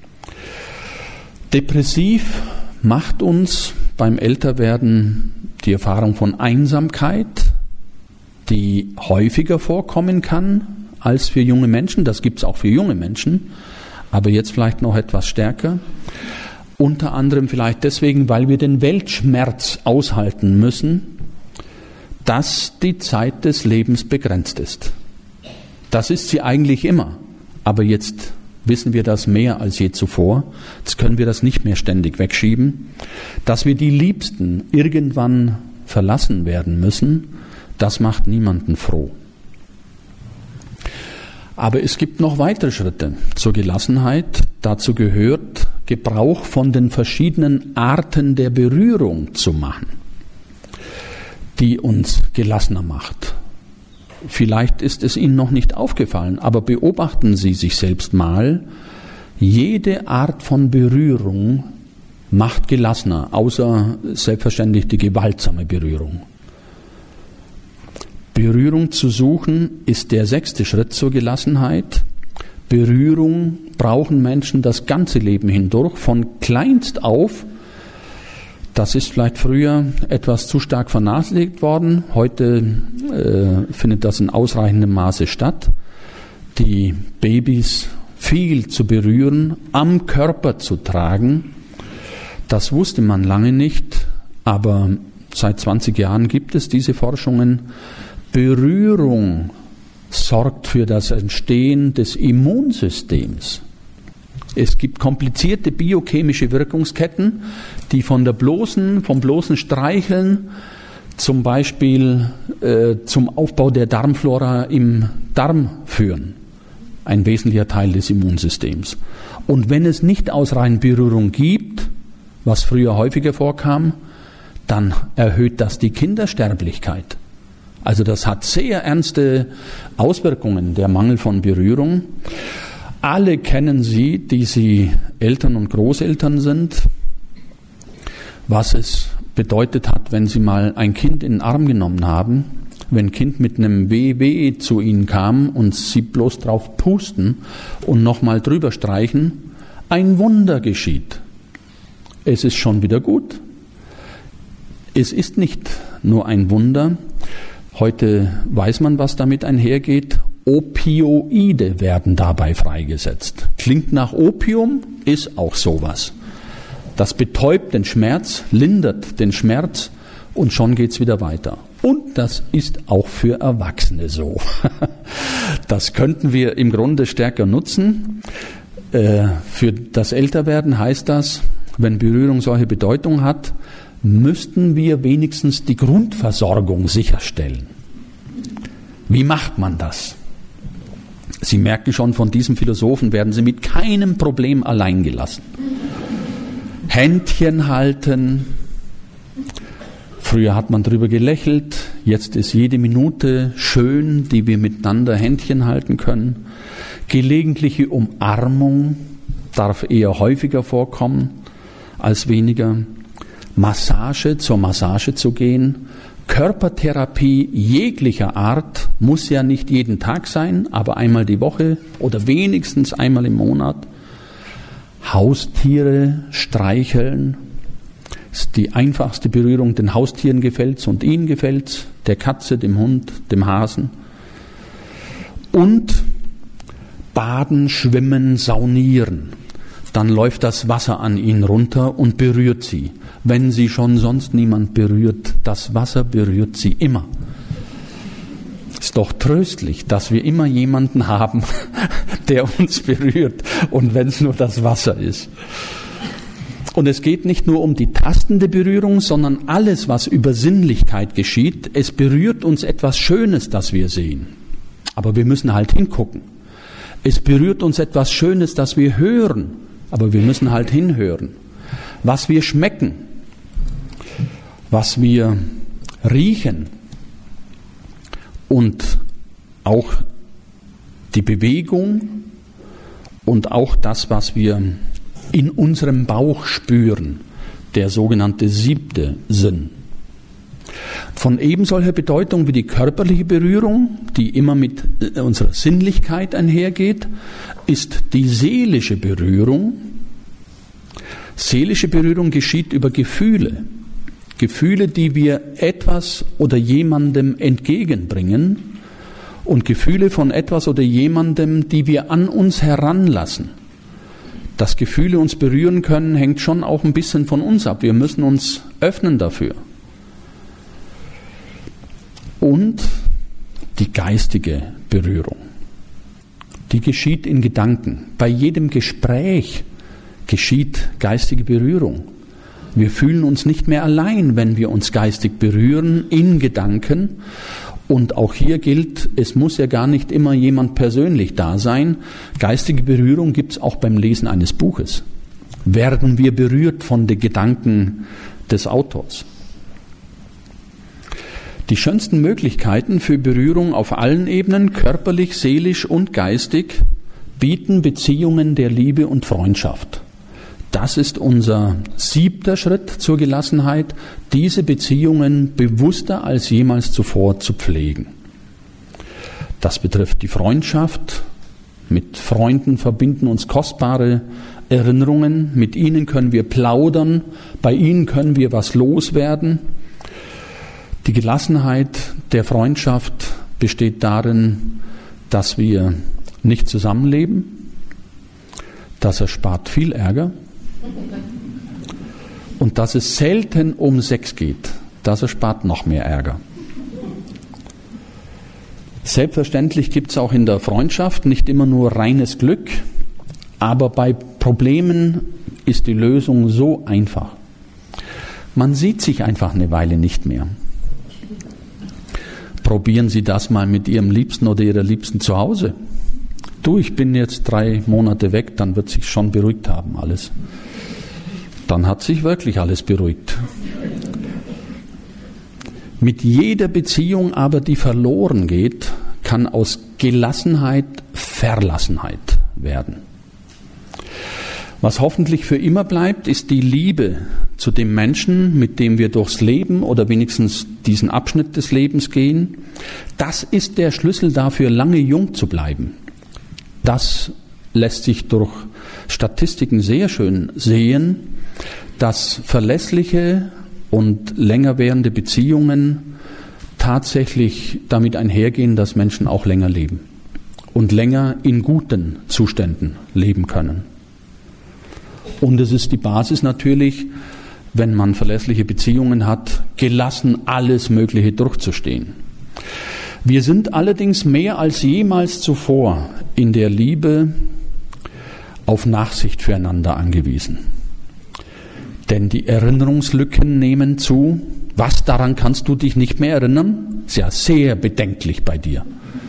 Depressiv macht uns beim Älterwerden die Erfahrung von Einsamkeit, die häufiger vorkommen kann als für junge Menschen. Das gibt es auch für junge Menschen, aber jetzt vielleicht noch etwas stärker. Unter anderem vielleicht deswegen, weil wir den Weltschmerz aushalten müssen, dass die Zeit des Lebens begrenzt ist. Das ist sie eigentlich immer, aber jetzt wissen wir das mehr als je zuvor. Jetzt können wir das nicht mehr ständig wegschieben. Dass wir die Liebsten irgendwann verlassen werden müssen, das macht niemanden froh. Aber es gibt noch weitere Schritte zur Gelassenheit. Dazu gehört, Gebrauch von den verschiedenen Arten der Berührung zu machen, die uns gelassener macht. Vielleicht ist es Ihnen noch nicht aufgefallen, aber beobachten Sie sich selbst mal. Jede Art von Berührung macht gelassener, außer selbstverständlich die gewaltsame Berührung. Berührung zu suchen ist der 6. Schritt zur Gelassenheit. Berührung brauchen Menschen das ganze Leben hindurch, von kleinst auf. Das ist vielleicht früher etwas zu stark vernachlässigt worden. Heute findet das in ausreichendem Maße statt. Die Babys viel zu berühren, am Körper zu tragen. Das wusste man lange nicht, aber seit 20 Jahren gibt es diese Forschungen. Berührung sorgt für das Entstehen des Immunsystems. Es gibt komplizierte biochemische Wirkungsketten, die vom bloßen Streicheln zum Beispiel zum Aufbau der Darmflora im Darm führen. Ein wesentlicher Teil des Immunsystems. Und wenn es nicht ausreichend Berührung gibt, was früher häufiger vorkam, dann erhöht das die Kindersterblichkeit. Also das hat sehr ernste Auswirkungen, der Mangel von Berührung. Alle kennen Sie, die Sie Eltern und Großeltern sind, was es bedeutet hat, wenn Sie mal ein Kind in den Arm genommen haben, wenn ein Kind mit einem Weh zu Ihnen kam und Sie bloß drauf pusten und nochmal drüber streichen, ein Wunder geschieht. es ist schon wieder gut. Es ist nicht nur ein Wunder. Heute weiß man, was damit einhergeht. Opioide werden dabei freigesetzt. Klingt nach Opium, ist auch sowas. Das betäubt den Schmerz, lindert den Schmerz und schon geht's wieder weiter. Und das ist auch für Erwachsene so. Das könnten wir im Grunde stärker nutzen. Für das Älterwerden heißt das, wenn Berührung solche Bedeutung hat, müssten wir wenigstens die Grundversorgung sicherstellen. Wie macht man das? Sie merken schon, von diesem Philosophen werden Sie mit keinem Problem allein gelassen. Händchen halten. Früher hat man drüber gelächelt, jetzt ist jede Minute schön, die wir miteinander Händchen halten können. Gelegentliche Umarmung darf eher häufiger vorkommen als weniger. Massage, zur Massage zu gehen. Körpertherapie jeglicher Art muss ja nicht jeden Tag sein, aber einmal die Woche oder wenigstens einmal im Monat. Haustiere streicheln. Das ist die einfachste Berührung. Den Haustieren gefällt's und ihnen gefällt's. Der Katze, dem Hund, dem Hasen. Und baden, schwimmen, saunieren. Dann läuft das Wasser an ihnen runter und berührt sie. Wenn sie schon sonst niemand berührt, das Wasser berührt sie immer. Ist doch tröstlich, dass wir immer jemanden haben, der uns berührt. Und wenn es nur das Wasser ist. Und es geht nicht nur um die tastende Berührung, sondern alles, was über Sinnlichkeit geschieht. Es berührt uns etwas Schönes, das wir sehen. Aber wir müssen halt hingucken. Es berührt uns etwas Schönes, das wir hören. Aber wir müssen halt hinhören. Was wir schmecken, was wir riechen und auch die Bewegung und auch das, was wir in unserem Bauch spüren, der sogenannte 7. Sinn. Von ebensolcher Bedeutung wie die körperliche Berührung, die immer mit unserer Sinnlichkeit einhergeht, ist die seelische Berührung. Seelische Berührung geschieht über Gefühle. Gefühle, die wir etwas oder jemandem entgegenbringen und Gefühle von etwas oder jemandem, die wir an uns heranlassen. Dass Gefühle uns berühren können, hängt schon auch ein bisschen von uns ab. Wir müssen uns öffnen dafür. Und die geistige Berührung. Die geschieht in Gedanken. Bei jedem Gespräch geschieht geistige Berührung. Wir fühlen uns nicht mehr allein, wenn wir uns geistig berühren, in Gedanken. Und auch hier gilt, es muss ja gar nicht immer jemand persönlich da sein. Geistige Berührung gibt es auch beim Lesen eines Buches. Werden wir berührt von den Gedanken des Autors. Die schönsten Möglichkeiten für Berührung auf allen Ebenen, körperlich, seelisch und geistig, bieten Beziehungen der Liebe und Freundschaft. Das ist unser 7. Schritt zur Gelassenheit, diese Beziehungen bewusster als jemals zuvor zu pflegen. Das betrifft die Freundschaft. Mit Freunden verbinden uns kostbare Erinnerungen. Mit ihnen können wir plaudern. Bei ihnen können wir was loswerden. Die Gelassenheit der Freundschaft besteht darin, dass wir nicht zusammenleben. Das erspart viel Ärger. Und dass es selten um Sex geht, das erspart noch mehr Ärger. Selbstverständlich gibt es auch in der Freundschaft nicht immer nur reines Glück, aber bei Problemen ist die Lösung so einfach. Man sieht sich einfach eine Weile nicht mehr. Probieren Sie das mal mit Ihrem Liebsten oder Ihrer Liebsten zu Hause. Du, ich bin jetzt 3 Monate weg, dann wird sich schon beruhigt haben alles. Dann hat sich wirklich alles beruhigt. Mit jeder Beziehung aber, die verloren geht, kann aus Gelassenheit Verlassenheit werden. Was hoffentlich für immer bleibt, ist die Liebe zu dem Menschen, mit dem wir durchs Leben oder wenigstens diesen Abschnitt des Lebens gehen. Das ist der Schlüssel dafür, lange jung zu bleiben. Das lässt sich durch Statistiken sehr schön sehen. dass verlässliche und länger währende Beziehungen tatsächlich damit einhergehen, dass Menschen auch länger leben und länger in guten Zuständen leben können. Und es ist die Basis natürlich, wenn man verlässliche Beziehungen hat, gelassen alles Mögliche durchzustehen. Wir sind allerdings mehr als jemals zuvor in der Liebe auf Nachsicht füreinander angewiesen. Denn die Erinnerungslücken nehmen zu. Was, daran kannst du dich nicht mehr erinnern? Ist ja sehr bedenklich bei dir.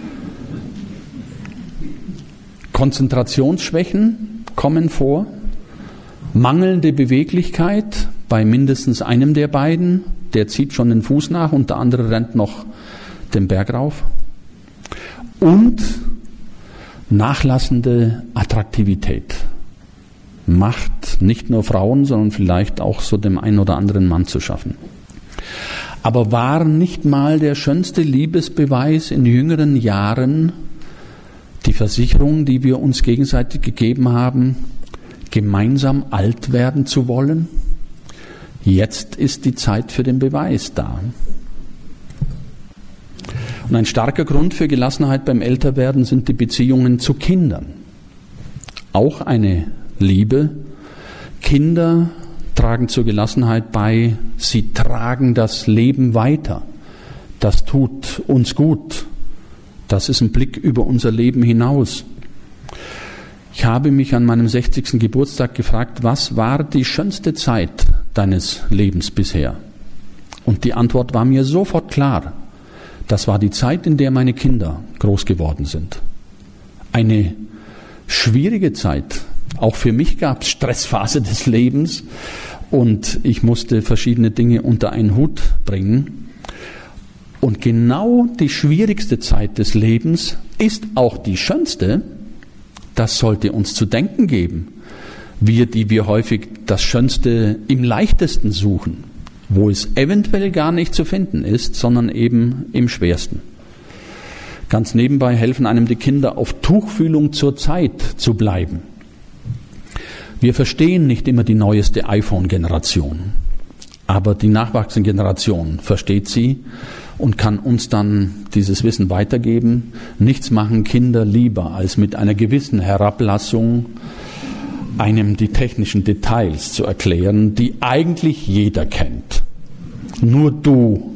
Konzentrationsschwächen kommen vor. Mangelnde Beweglichkeit bei mindestens einem der beiden. Der zieht schon den Fuß nach und der andere rennt noch den Berg rauf. Und nachlassende Attraktivität macht nicht nur Frauen, sondern vielleicht auch so dem einen oder anderen Mann zu schaffen. Aber war nicht mal der schönste Liebesbeweis in jüngeren Jahren die Versicherung, die wir uns gegenseitig gegeben haben, gemeinsam alt werden zu wollen? Jetzt ist die Zeit für den Beweis da. Und ein starker Grund für Gelassenheit beim Älterwerden sind die Beziehungen zu Kindern. Auch eine Liebe. Kinder tragen zur Gelassenheit bei, sie tragen das Leben weiter. Das tut uns gut. Das ist ein Blick über unser Leben hinaus. Ich habe mich an meinem 60. Geburtstag gefragt, was war die schönste Zeit deines Lebens bisher? Und die Antwort war mir sofort klar. Das war die Zeit, in der meine Kinder groß geworden sind. Eine schwierige Zeit. Auch für mich gab es Stressphase des Lebens und ich musste verschiedene Dinge unter einen Hut bringen. Und genau die schwierigste Zeit des Lebens ist auch die schönste. Das sollte uns zu denken geben. Wir, die wir häufig das Schönste im Leichtesten suchen, wo es eventuell gar nicht zu finden ist, sondern eben im Schwersten. Ganz nebenbei helfen einem die Kinder, auf Tuchfühlung zur Zeit zu bleiben. Wir verstehen nicht immer die neueste iPhone-Generation, aber die nachwachsende Generation versteht sie und kann uns dann dieses Wissen weitergeben. Nichts machen Kinder lieber, als mit einer gewissen Herablassung einem die technischen Details zu erklären, die eigentlich jeder kennt. Nur du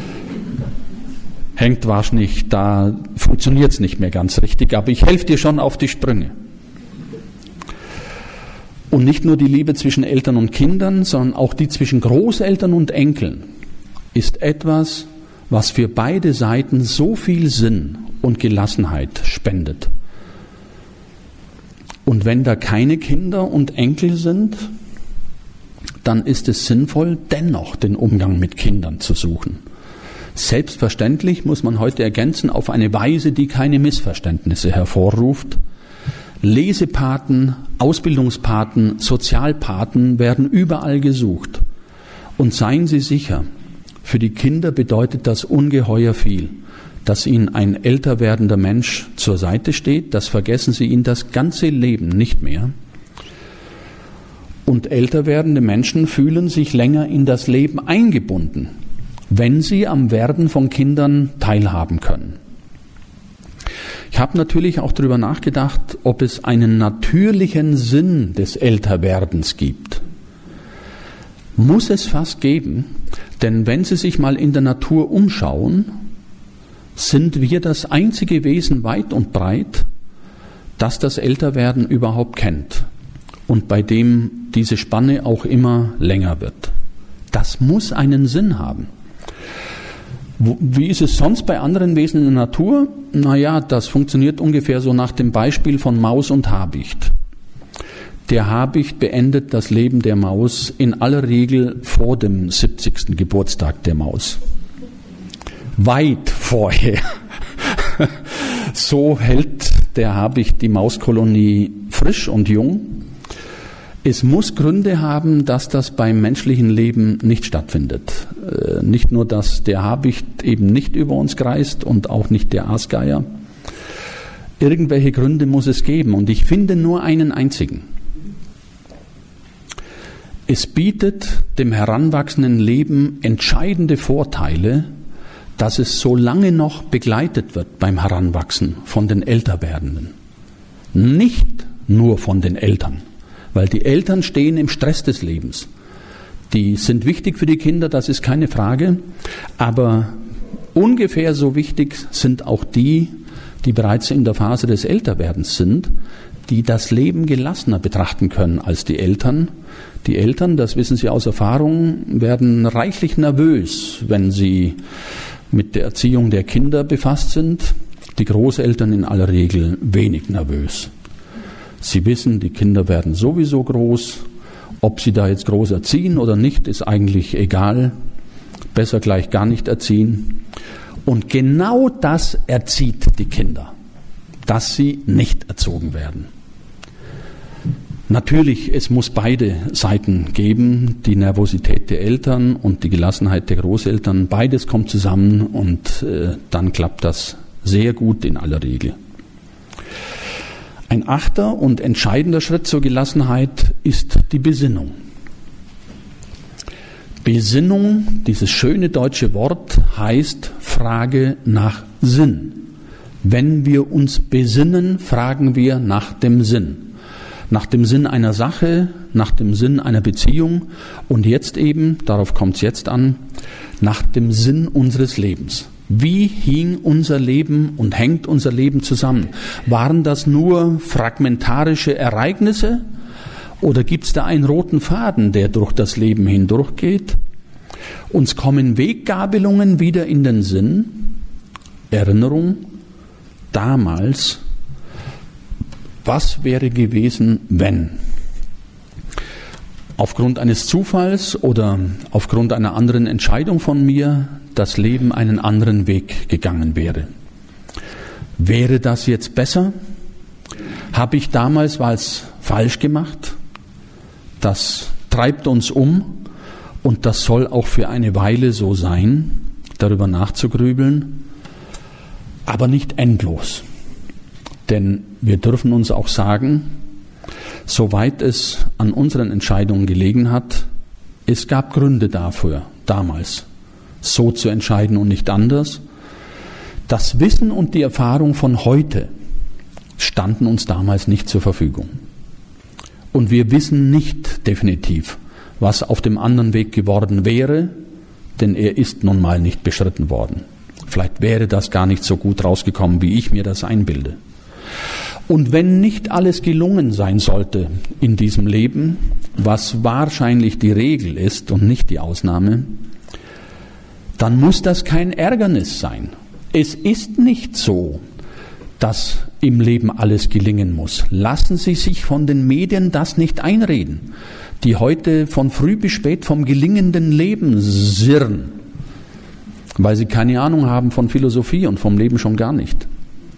hängt wahrscheinlich, da funktioniert es nicht mehr ganz richtig, aber ich helfe dir schon auf die Sprünge. Und nicht nur die Liebe zwischen Eltern und Kindern, sondern auch die zwischen Großeltern und Enkeln ist etwas, was für beide Seiten so viel Sinn und Gelassenheit spendet. Und wenn da keine Kinder und Enkel sind, dann ist es sinnvoll, dennoch den Umgang mit Kindern zu suchen. Selbstverständlich muss man heute ergänzen, auf eine Weise, die keine Missverständnisse hervorruft. Lesepaten, Ausbildungspaten, Sozialpaten werden überall gesucht. Und seien Sie sicher, für die Kinder bedeutet das ungeheuer viel, dass ihnen ein älter werdender Mensch zur Seite steht. Das vergessen sie ihnen das ganze Leben nicht mehr. Und älter werdende Menschen fühlen sich länger in das Leben eingebunden, wenn sie am Werden von Kindern teilhaben können. Ich habe natürlich auch darüber nachgedacht, ob es einen natürlichen Sinn des Älterwerdens gibt. Muss es fast geben, denn wenn Sie sich mal in der Natur umschauen, sind wir das einzige Wesen weit und breit, das das Älterwerden überhaupt kennt und bei dem diese Spanne auch immer länger wird. Das muss einen Sinn haben. Wie ist es sonst bei anderen Wesen in der Natur? Naja, das funktioniert ungefähr so nach dem Beispiel von Maus und Habicht. Der Habicht beendet das Leben der Maus in aller Regel vor dem 70. Geburtstag der Maus. Weit vorher. So hält der Habicht die Mauskolonie frisch und jung. Es muss Gründe haben, dass das beim menschlichen Leben nicht stattfindet. Nicht nur, dass der Habicht eben nicht über uns kreist und auch nicht der Aasgeier. Irgendwelche Gründe muss es geben und ich finde nur einen einzigen. Es bietet dem heranwachsenden Leben entscheidende Vorteile, dass es so lange noch begleitet wird beim Heranwachsen von den Älterwerdenden. Nicht nur von den Eltern, weil die Eltern stehen im Stress des Lebens. Die sind wichtig für die Kinder, das ist keine Frage, aber ungefähr so wichtig sind auch die bereits in der Phase des Älterwerdens sind, die das Leben gelassener betrachten können als die Eltern. Die Eltern, das wissen Sie aus Erfahrung, werden reichlich nervös, wenn sie mit der Erziehung der Kinder befasst sind. Die Großeltern in aller Regel wenig nervös. Sie wissen, die Kinder werden sowieso groß. Ob sie da jetzt groß erziehen oder nicht, ist eigentlich egal. Besser gleich gar nicht erziehen. Und genau das erzieht die Kinder, dass sie nicht erzogen werden. Natürlich, es muss beide Seiten geben, die Nervosität der Eltern und die Gelassenheit der Großeltern. Beides kommt zusammen und dann klappt das sehr gut in aller Regel. Ein 8. und entscheidender Schritt zur Gelassenheit ist die Besinnung. Besinnung, dieses schöne deutsche Wort, heißt Frage nach Sinn. Wenn wir uns besinnen, fragen wir nach dem Sinn. Nach dem Sinn einer Sache, nach dem Sinn einer Beziehung und jetzt eben, darauf kommt es jetzt an, nach dem Sinn unseres Lebens. Wie hing unser Leben und hängt unser Leben zusammen? Waren das nur fragmentarische Ereignisse oder gibt es da einen roten Faden, der durch das Leben hindurchgeht? Uns kommen Weggabelungen wieder in den Sinn, Erinnerung, damals, was wäre gewesen, wenn? Aufgrund eines Zufalls oder aufgrund einer anderen Entscheidung von mir das Leben einen anderen Weg gegangen wäre. Wäre das jetzt besser? Habe ich damals was falsch gemacht? Das treibt uns um und das soll auch für eine Weile so sein, darüber nachzugrübeln, aber nicht endlos. Denn wir dürfen uns auch sagen, soweit es an unseren Entscheidungen gelegen hat, es gab Gründe dafür, damals so zu entscheiden und nicht anders. Das Wissen und die Erfahrung von heute standen uns damals nicht zur Verfügung. Und wir wissen nicht definitiv, was auf dem anderen Weg geworden wäre, denn er ist nun mal nicht beschritten worden. Vielleicht wäre das gar nicht so gut rausgekommen, wie ich mir das einbilde. Und wenn nicht alles gelungen sein sollte in diesem Leben, was wahrscheinlich die Regel ist und nicht die Ausnahme, dann muss das kein Ärgernis sein. Es ist nicht so, dass im Leben alles gelingen muss. Lassen Sie sich von den Medien das nicht einreden, die heute von früh bis spät vom gelingenden Leben sirren, weil sie keine Ahnung haben von Philosophie und vom Leben schon gar nicht.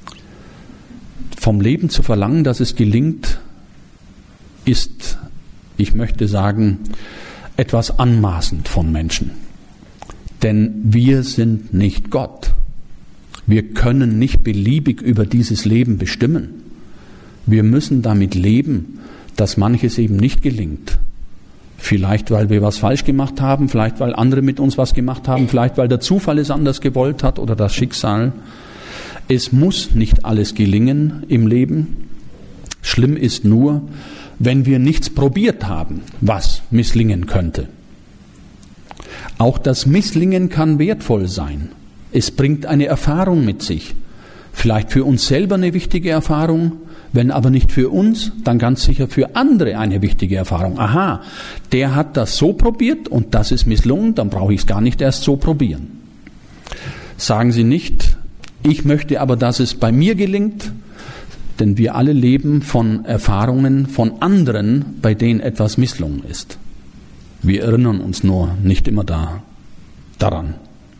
Vom Leben zu verlangen, dass es gelingt, ist, ich möchte sagen, etwas anmaßend von Menschen. Denn wir sind nicht Gott. Wir können nicht beliebig über dieses Leben bestimmen. Wir müssen damit leben, dass manches eben nicht gelingt. Vielleicht, weil wir was falsch gemacht haben, vielleicht, weil andere mit uns was gemacht haben, vielleicht, weil der Zufall es anders gewollt hat oder das Schicksal. Es muss nicht alles gelingen im Leben. Schlimm ist nur, wenn wir nichts probiert haben, was misslingen könnte. Auch das Misslingen kann wertvoll sein. Es bringt eine Erfahrung mit sich. Vielleicht für uns selber eine wichtige Erfahrung, wenn aber nicht für uns, dann ganz sicher für andere eine wichtige Erfahrung. Aha, der hat das so probiert und das ist misslungen, dann brauche ich es gar nicht erst so probieren. Sagen Sie nicht, ich möchte aber, dass es bei mir gelingt, denn wir alle leben von Erfahrungen von anderen, bei denen etwas misslungen ist. Wir erinnern uns nur nicht immer daran.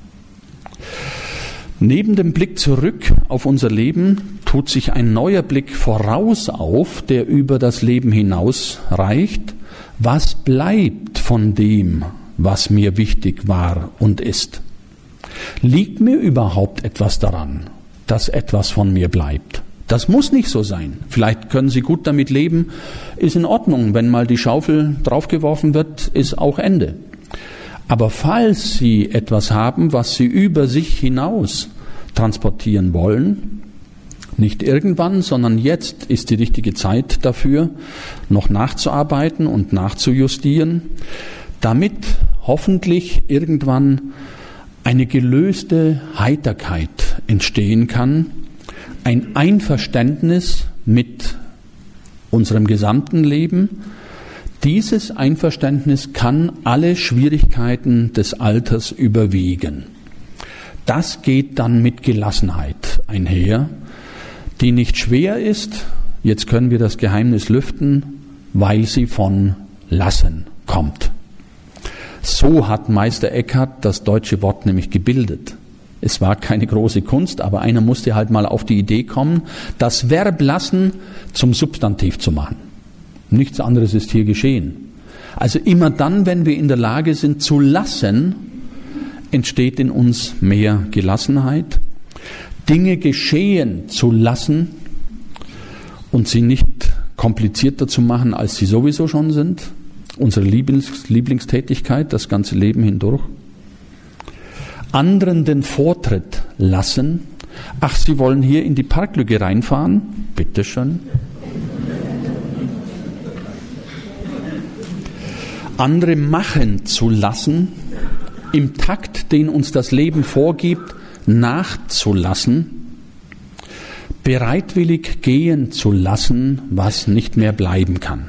Neben dem Blick zurück auf unser Leben tut sich ein neuer Blick voraus auf, der über das Leben hinaus reicht. Was bleibt von dem, was mir wichtig war und ist? Liegt mir überhaupt etwas daran, dass etwas von mir bleibt? Das muss nicht so sein. Vielleicht Vielleicht können Sie gut damit leben, ist in Ordnung. Wenn mal die Schaufel draufgeworfen wird, ist auch Ende. Aber falls Sie etwas haben, was Sie über sich hinaus transportieren wollen, nicht irgendwann, sondern jetzt ist die richtige Zeit dafür, noch nachzuarbeiten und nachzujustieren, damit hoffentlich irgendwann eine gelöste Heiterkeit entstehen kann, ein Einverständnis mit unserem gesamten Leben. Dieses Einverständnis kann alle Schwierigkeiten des Alters überwiegen. Das geht dann mit Gelassenheit einher, die nicht schwer ist, jetzt können wir das Geheimnis lüften, weil sie von Lassen kommt. So hat Meister Eckhart das deutsche Wort nämlich gebildet. Es war keine große Kunst, aber einer musste halt mal auf die Idee kommen, das Verb lassen zum Substantiv zu machen. Nichts anderes ist hier geschehen. Also immer dann, wenn wir in der Lage sind zu lassen, entsteht in uns mehr Gelassenheit. Dinge geschehen zu lassen und sie nicht komplizierter zu machen, als sie sowieso schon sind. Unsere Lieblingstätigkeit, das ganze Leben hindurch. Anderen den Vortritt lassen. Ach, Sie wollen hier in die Parklücke reinfahren? Bitteschön. Andere machen zu lassen, im Takt, den uns das Leben vorgibt, nachzulassen, bereitwillig gehen zu lassen, was nicht mehr bleiben kann.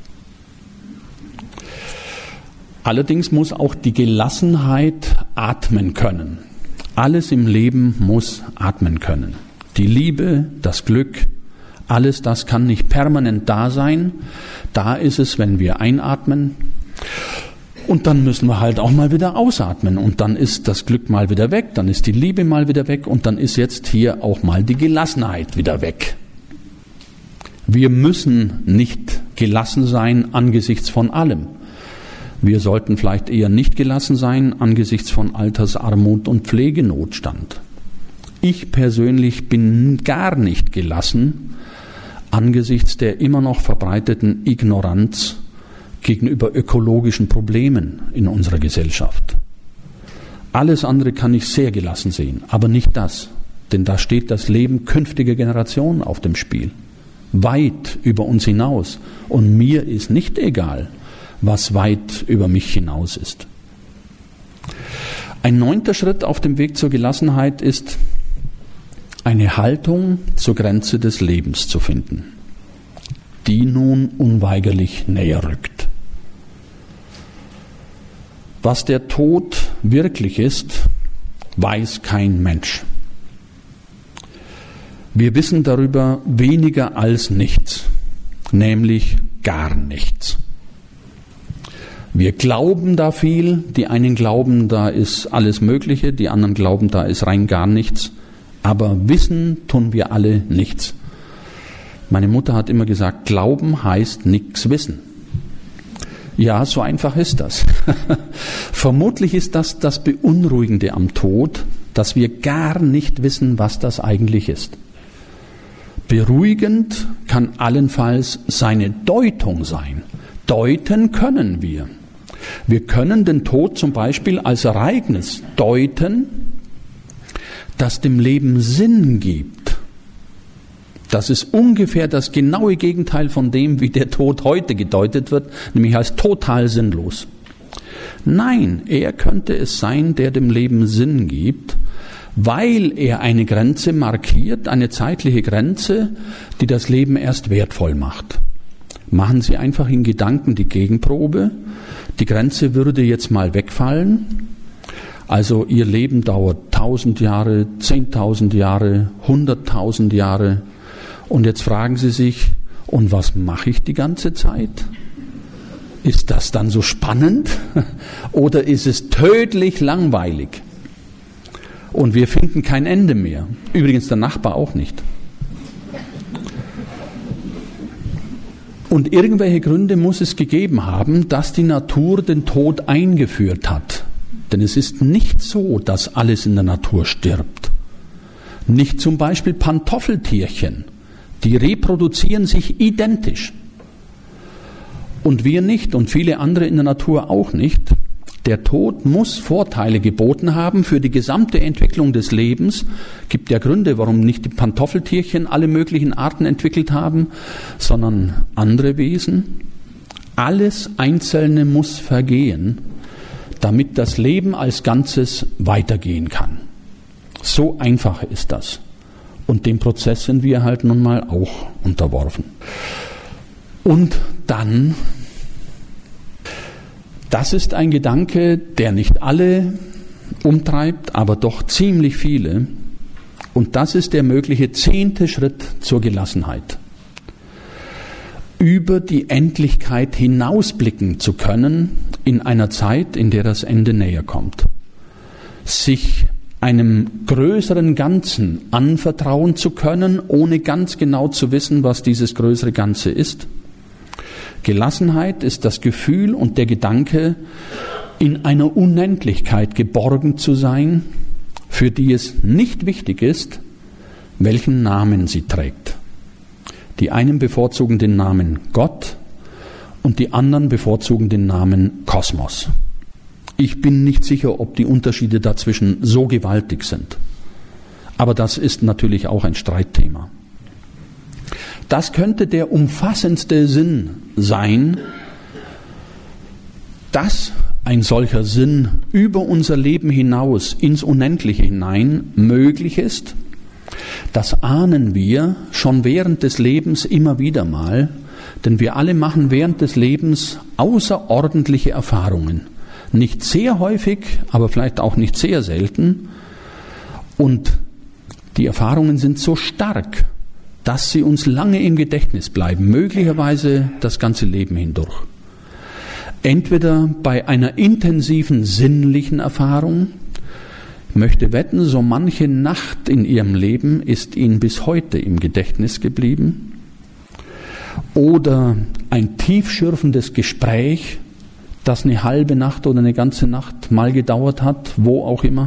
Allerdings muss auch die Gelassenheit atmen können. Alles im Leben muss atmen können. Die Liebe, das Glück, alles das kann nicht permanent da sein. Da ist es, wenn wir einatmen. Und dann müssen wir halt auch mal wieder ausatmen. Und dann ist das Glück mal wieder weg, dann ist die Liebe mal wieder weg und dann ist jetzt hier auch mal die Gelassenheit wieder weg. Wir müssen nicht gelassen sein angesichts von allem. Wir sollten vielleicht eher nicht gelassen sein angesichts von Altersarmut und Pflegenotstand. Ich persönlich bin gar nicht gelassen angesichts der immer noch verbreiteten Ignoranz gegenüber ökologischen Problemen in unserer Gesellschaft. Alles andere kann ich sehr gelassen sehen, aber nicht das, denn da steht das Leben künftiger Generationen auf dem Spiel, weit über uns hinaus. Und mir ist nicht egal, was weit über mich hinaus ist. Ein 9. Schritt auf dem Weg zur Gelassenheit ist, eine Haltung zur Grenze des Lebens zu finden, die nun unweigerlich näher rückt. Was der Tod wirklich ist, weiß kein Mensch. Wir wissen darüber weniger als nichts, nämlich gar nichts. Wir glauben da viel, die einen glauben, da ist alles Mögliche, die anderen glauben, da ist rein gar nichts, aber wissen tun wir alle nichts. Meine Mutter hat immer gesagt, Glauben heißt nichts wissen. Ja, so einfach ist das. Vermutlich ist das das Beunruhigende am Tod, dass wir gar nicht wissen, was das eigentlich ist. Beruhigend kann allenfalls seine Deutung sein. Deuten können wir. Wir können den Tod zum Beispiel als Ereignis deuten, das dem Leben Sinn gibt. Das ist ungefähr das genaue Gegenteil von dem, wie der Tod heute gedeutet wird, nämlich als total sinnlos. Nein, er könnte es sein, der dem Leben Sinn gibt, weil er eine Grenze markiert, eine zeitliche Grenze, die das Leben erst wertvoll macht. Machen Sie einfach in Gedanken die Gegenprobe. Die Grenze würde jetzt mal wegfallen. Also Ihr Leben dauert 1000 Jahre, 10.000 Jahre, 100.000 Jahre. Und jetzt fragen Sie sich, und was mache ich die ganze Zeit? Ist das dann so spannend? Oder ist es tödlich langweilig? Und wir finden kein Ende mehr. Übrigens der Nachbar auch nicht. Und irgendwelche Gründe muss es gegeben haben, dass die Natur den Tod eingeführt hat. Denn es ist nicht so, dass alles in der Natur stirbt. Nicht zum Beispiel Pantoffeltierchen. Die reproduzieren sich identisch. Und wir nicht und viele andere in der Natur auch nicht. Der Tod muss Vorteile geboten haben für die gesamte Entwicklung des Lebens. Gibt ja Gründe, warum nicht die Pantoffeltierchen alle möglichen Arten entwickelt haben, sondern andere Wesen. Alles Einzelne muss vergehen, damit das Leben als Ganzes weitergehen kann. So einfach ist das. Und dem Prozess sind wir halt nun mal auch unterworfen. Und dann, das ist ein Gedanke, der nicht alle umtreibt, aber doch ziemlich viele. Und das ist der mögliche 10. Schritt zur Gelassenheit. Über die Endlichkeit hinausblicken zu können in einer Zeit, in der das Ende näher kommt. Sich einem größeren Ganzen anvertrauen zu können, ohne ganz genau zu wissen, was dieses größere Ganze ist. Gelassenheit ist das Gefühl und der Gedanke, in einer Unendlichkeit geborgen zu sein, für die es nicht wichtig ist, welchen Namen sie trägt. Die einen bevorzugen den Namen Gott und die anderen bevorzugen den Namen Kosmos. Ich bin nicht sicher, ob die Unterschiede dazwischen so gewaltig sind. Aber das ist natürlich auch ein Streitthema. Das könnte der umfassendste Sinn sein, dass ein solcher Sinn über unser Leben hinaus ins Unendliche hinein möglich ist. Das ahnen wir schon während des Lebens immer wieder mal, denn wir alle machen während des Lebens außerordentliche Erfahrungen. Nicht sehr häufig, aber vielleicht auch nicht sehr selten. Und die Erfahrungen sind so stark, dass sie uns lange im Gedächtnis bleiben, möglicherweise das ganze Leben hindurch. Entweder bei einer intensiven sinnlichen Erfahrung, ich möchte wetten, so manche Nacht in ihrem Leben ist ihnen bis heute im Gedächtnis geblieben, oder ein tiefschürfendes Gespräch, das eine halbe Nacht oder eine ganze Nacht mal gedauert hat, wo auch immer,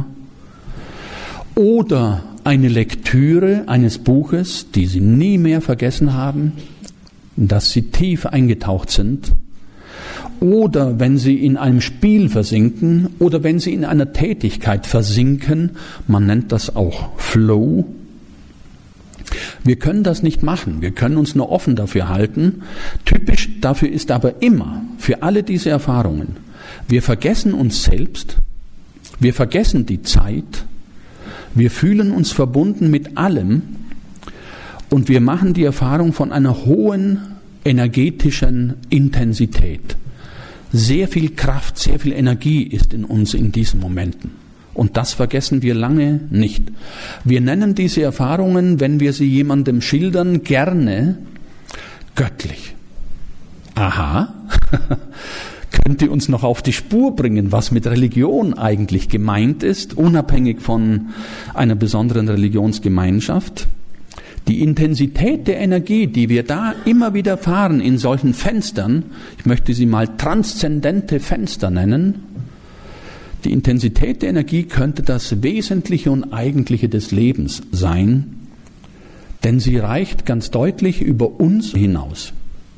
oder eine Lektüre eines Buches, die sie nie mehr vergessen haben, in das sie tief eingetaucht sind, oder wenn sie in einem Spiel versinken oder wenn sie in einer Tätigkeit versinken, man nennt das auch Flow. Wir können das nicht machen, wir können uns nur offen dafür halten. Typisch dafür ist aber immer, für alle diese Erfahrungen, wir vergessen uns selbst, wir vergessen die Zeit, wir fühlen uns verbunden mit allem und wir machen die Erfahrung von einer hohen energetischen Intensität. Sehr viel Kraft, sehr viel Energie ist in uns in diesen Momenten. Und das vergessen wir lange nicht. Wir nennen diese Erfahrungen, wenn wir sie jemandem schildern, gerne göttlich. Aha, könnt ihr uns noch auf die Spur bringen, was mit Religion eigentlich gemeint ist, unabhängig von einer besonderen Religionsgemeinschaft? Die Intensität der Energie, die wir da immer wieder erfahren in solchen Fenstern, ich möchte sie mal transzendente Fenster nennen, die Intensität der Energie könnte das Wesentliche und Eigentliche des Lebens sein, denn sie reicht ganz deutlich über uns hinaus.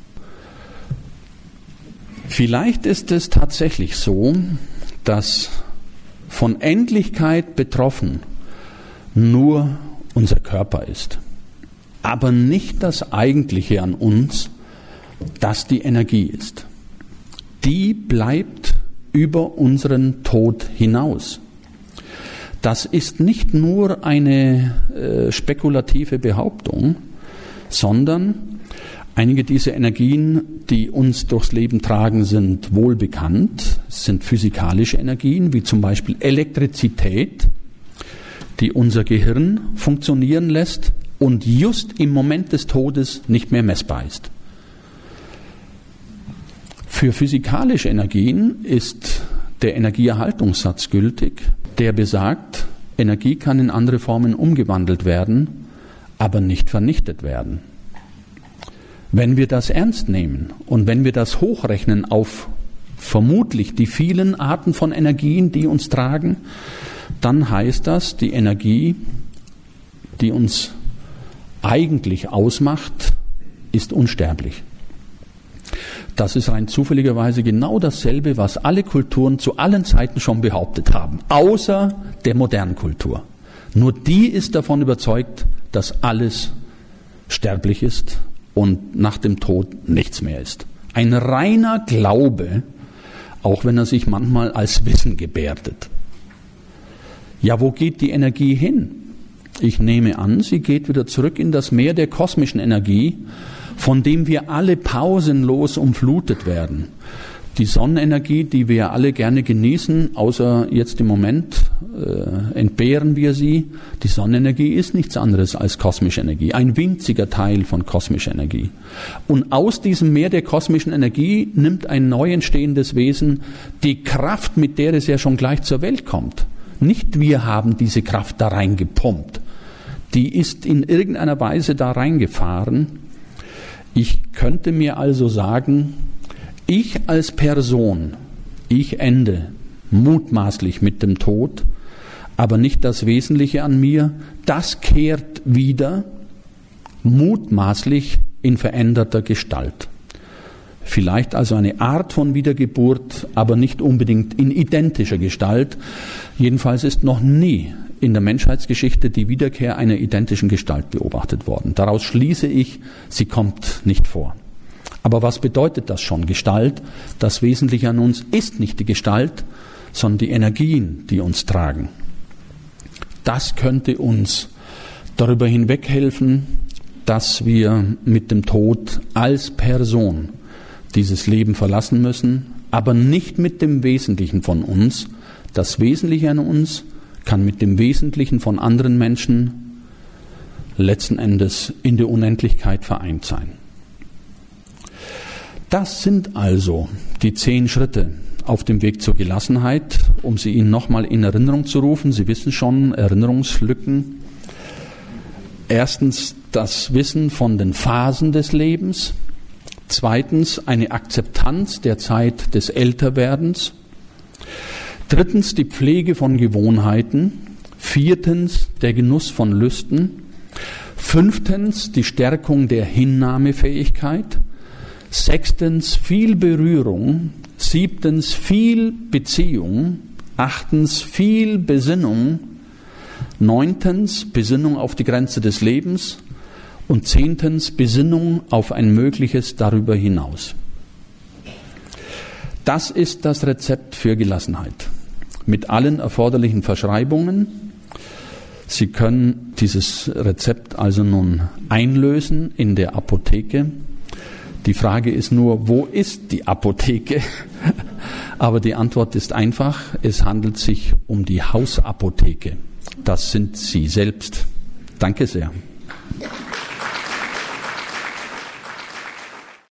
Vielleicht ist es tatsächlich so, dass von Endlichkeit betroffen nur unser Körper ist, aber nicht das Eigentliche an uns, das die Energie ist. Die bleibt über unseren Tod hinaus. Das ist nicht nur eine spekulative Behauptung, sondern einige dieser Energien, die uns durchs Leben tragen, sind wohl bekannt. Es sind physikalische Energien, wie zum Beispiel Elektrizität, die unser Gehirn funktionieren lässt und just im Moment des Todes nicht mehr messbar ist. Für physikalische Energien ist der Energieerhaltungssatz gültig, der besagt, Energie kann in andere Formen umgewandelt werden, aber nicht vernichtet werden. Wenn wir das ernst nehmen und wenn wir das hochrechnen auf vermutlich die vielen Arten von Energien, die uns tragen, dann heißt das, die Energie, die uns eigentlich ausmacht, ist unsterblich. Das ist rein zufälligerweise genau dasselbe, was alle Kulturen zu allen Zeiten schon behauptet haben, außer der modernen Kultur. Nur die ist davon überzeugt, dass alles sterblich ist und nach dem Tod nichts mehr ist. Ein reiner Glaube, auch wenn er sich manchmal als Wissen gebärdet. Ja, wo geht die Energie hin? Ich nehme an, sie geht wieder zurück in das Meer der kosmischen Energie, von dem wir alle pausenlos umflutet werden. Die Sonnenenergie, die wir alle gerne genießen, außer jetzt im Moment entbehren wir sie. Die Sonnenenergie ist nichts anderes als kosmische Energie, ein winziger Teil von kosmischer Energie. Und aus diesem Meer der kosmischen Energie nimmt ein neu entstehendes Wesen die Kraft, mit der es ja schon gleich zur Welt kommt. Nicht wir haben diese Kraft da reingepumpt. Die ist in irgendeiner Weise da reingefahren. Ich könnte mir also sagen, ich als Person, ich ende mutmaßlich mit dem Tod, aber nicht das Wesentliche an mir, das kehrt wieder mutmaßlich in veränderter Gestalt. Vielleicht also eine Art von Wiedergeburt, aber nicht unbedingt in identischer Gestalt. Jedenfalls ist noch nie in der Menschheitsgeschichte die Wiederkehr einer identischen Gestalt beobachtet worden. Daraus schließe ich, sie kommt nicht vor. Aber was bedeutet das schon? Gestalt, das Wesentliche an uns ist nicht die Gestalt, sondern die Energien, die uns tragen. Das könnte uns darüber hinweghelfen, dass wir mit dem Tod als Person dieses Leben verlassen müssen, aber nicht mit dem Wesentlichen von uns. Das Wesentliche an uns kann mit dem Wesentlichen von anderen Menschen letzten Endes in der Unendlichkeit vereint sein. Das sind also die 10 Schritte auf dem Weg zur Gelassenheit, um sie Ihnen nochmal in Erinnerung zu rufen. Sie wissen schon, Erinnerungslücken. Erstens das Wissen von den Phasen des Lebens. Zweitens eine Akzeptanz der Zeit des Älterwerdens. Drittens die Pflege von Gewohnheiten. Viertens der Genuss von Lüsten. Fünftens die Stärkung der Hinnahmefähigkeit. Sechstens viel Berührung. Siebtens viel Beziehung. Achtens viel Besinnung. Neuntens Besinnung auf die Grenze des Lebens. Und 10. Besinnung auf ein Mögliches darüber hinaus. Das ist das Rezept für Gelassenheit. Mit allen erforderlichen Verschreibungen. Sie können dieses Rezept also nun einlösen in der Apotheke. Die Frage ist nur, wo ist die Apotheke? Aber die Antwort ist einfach, es handelt sich um die Hausapotheke. Das sind Sie selbst. Danke sehr.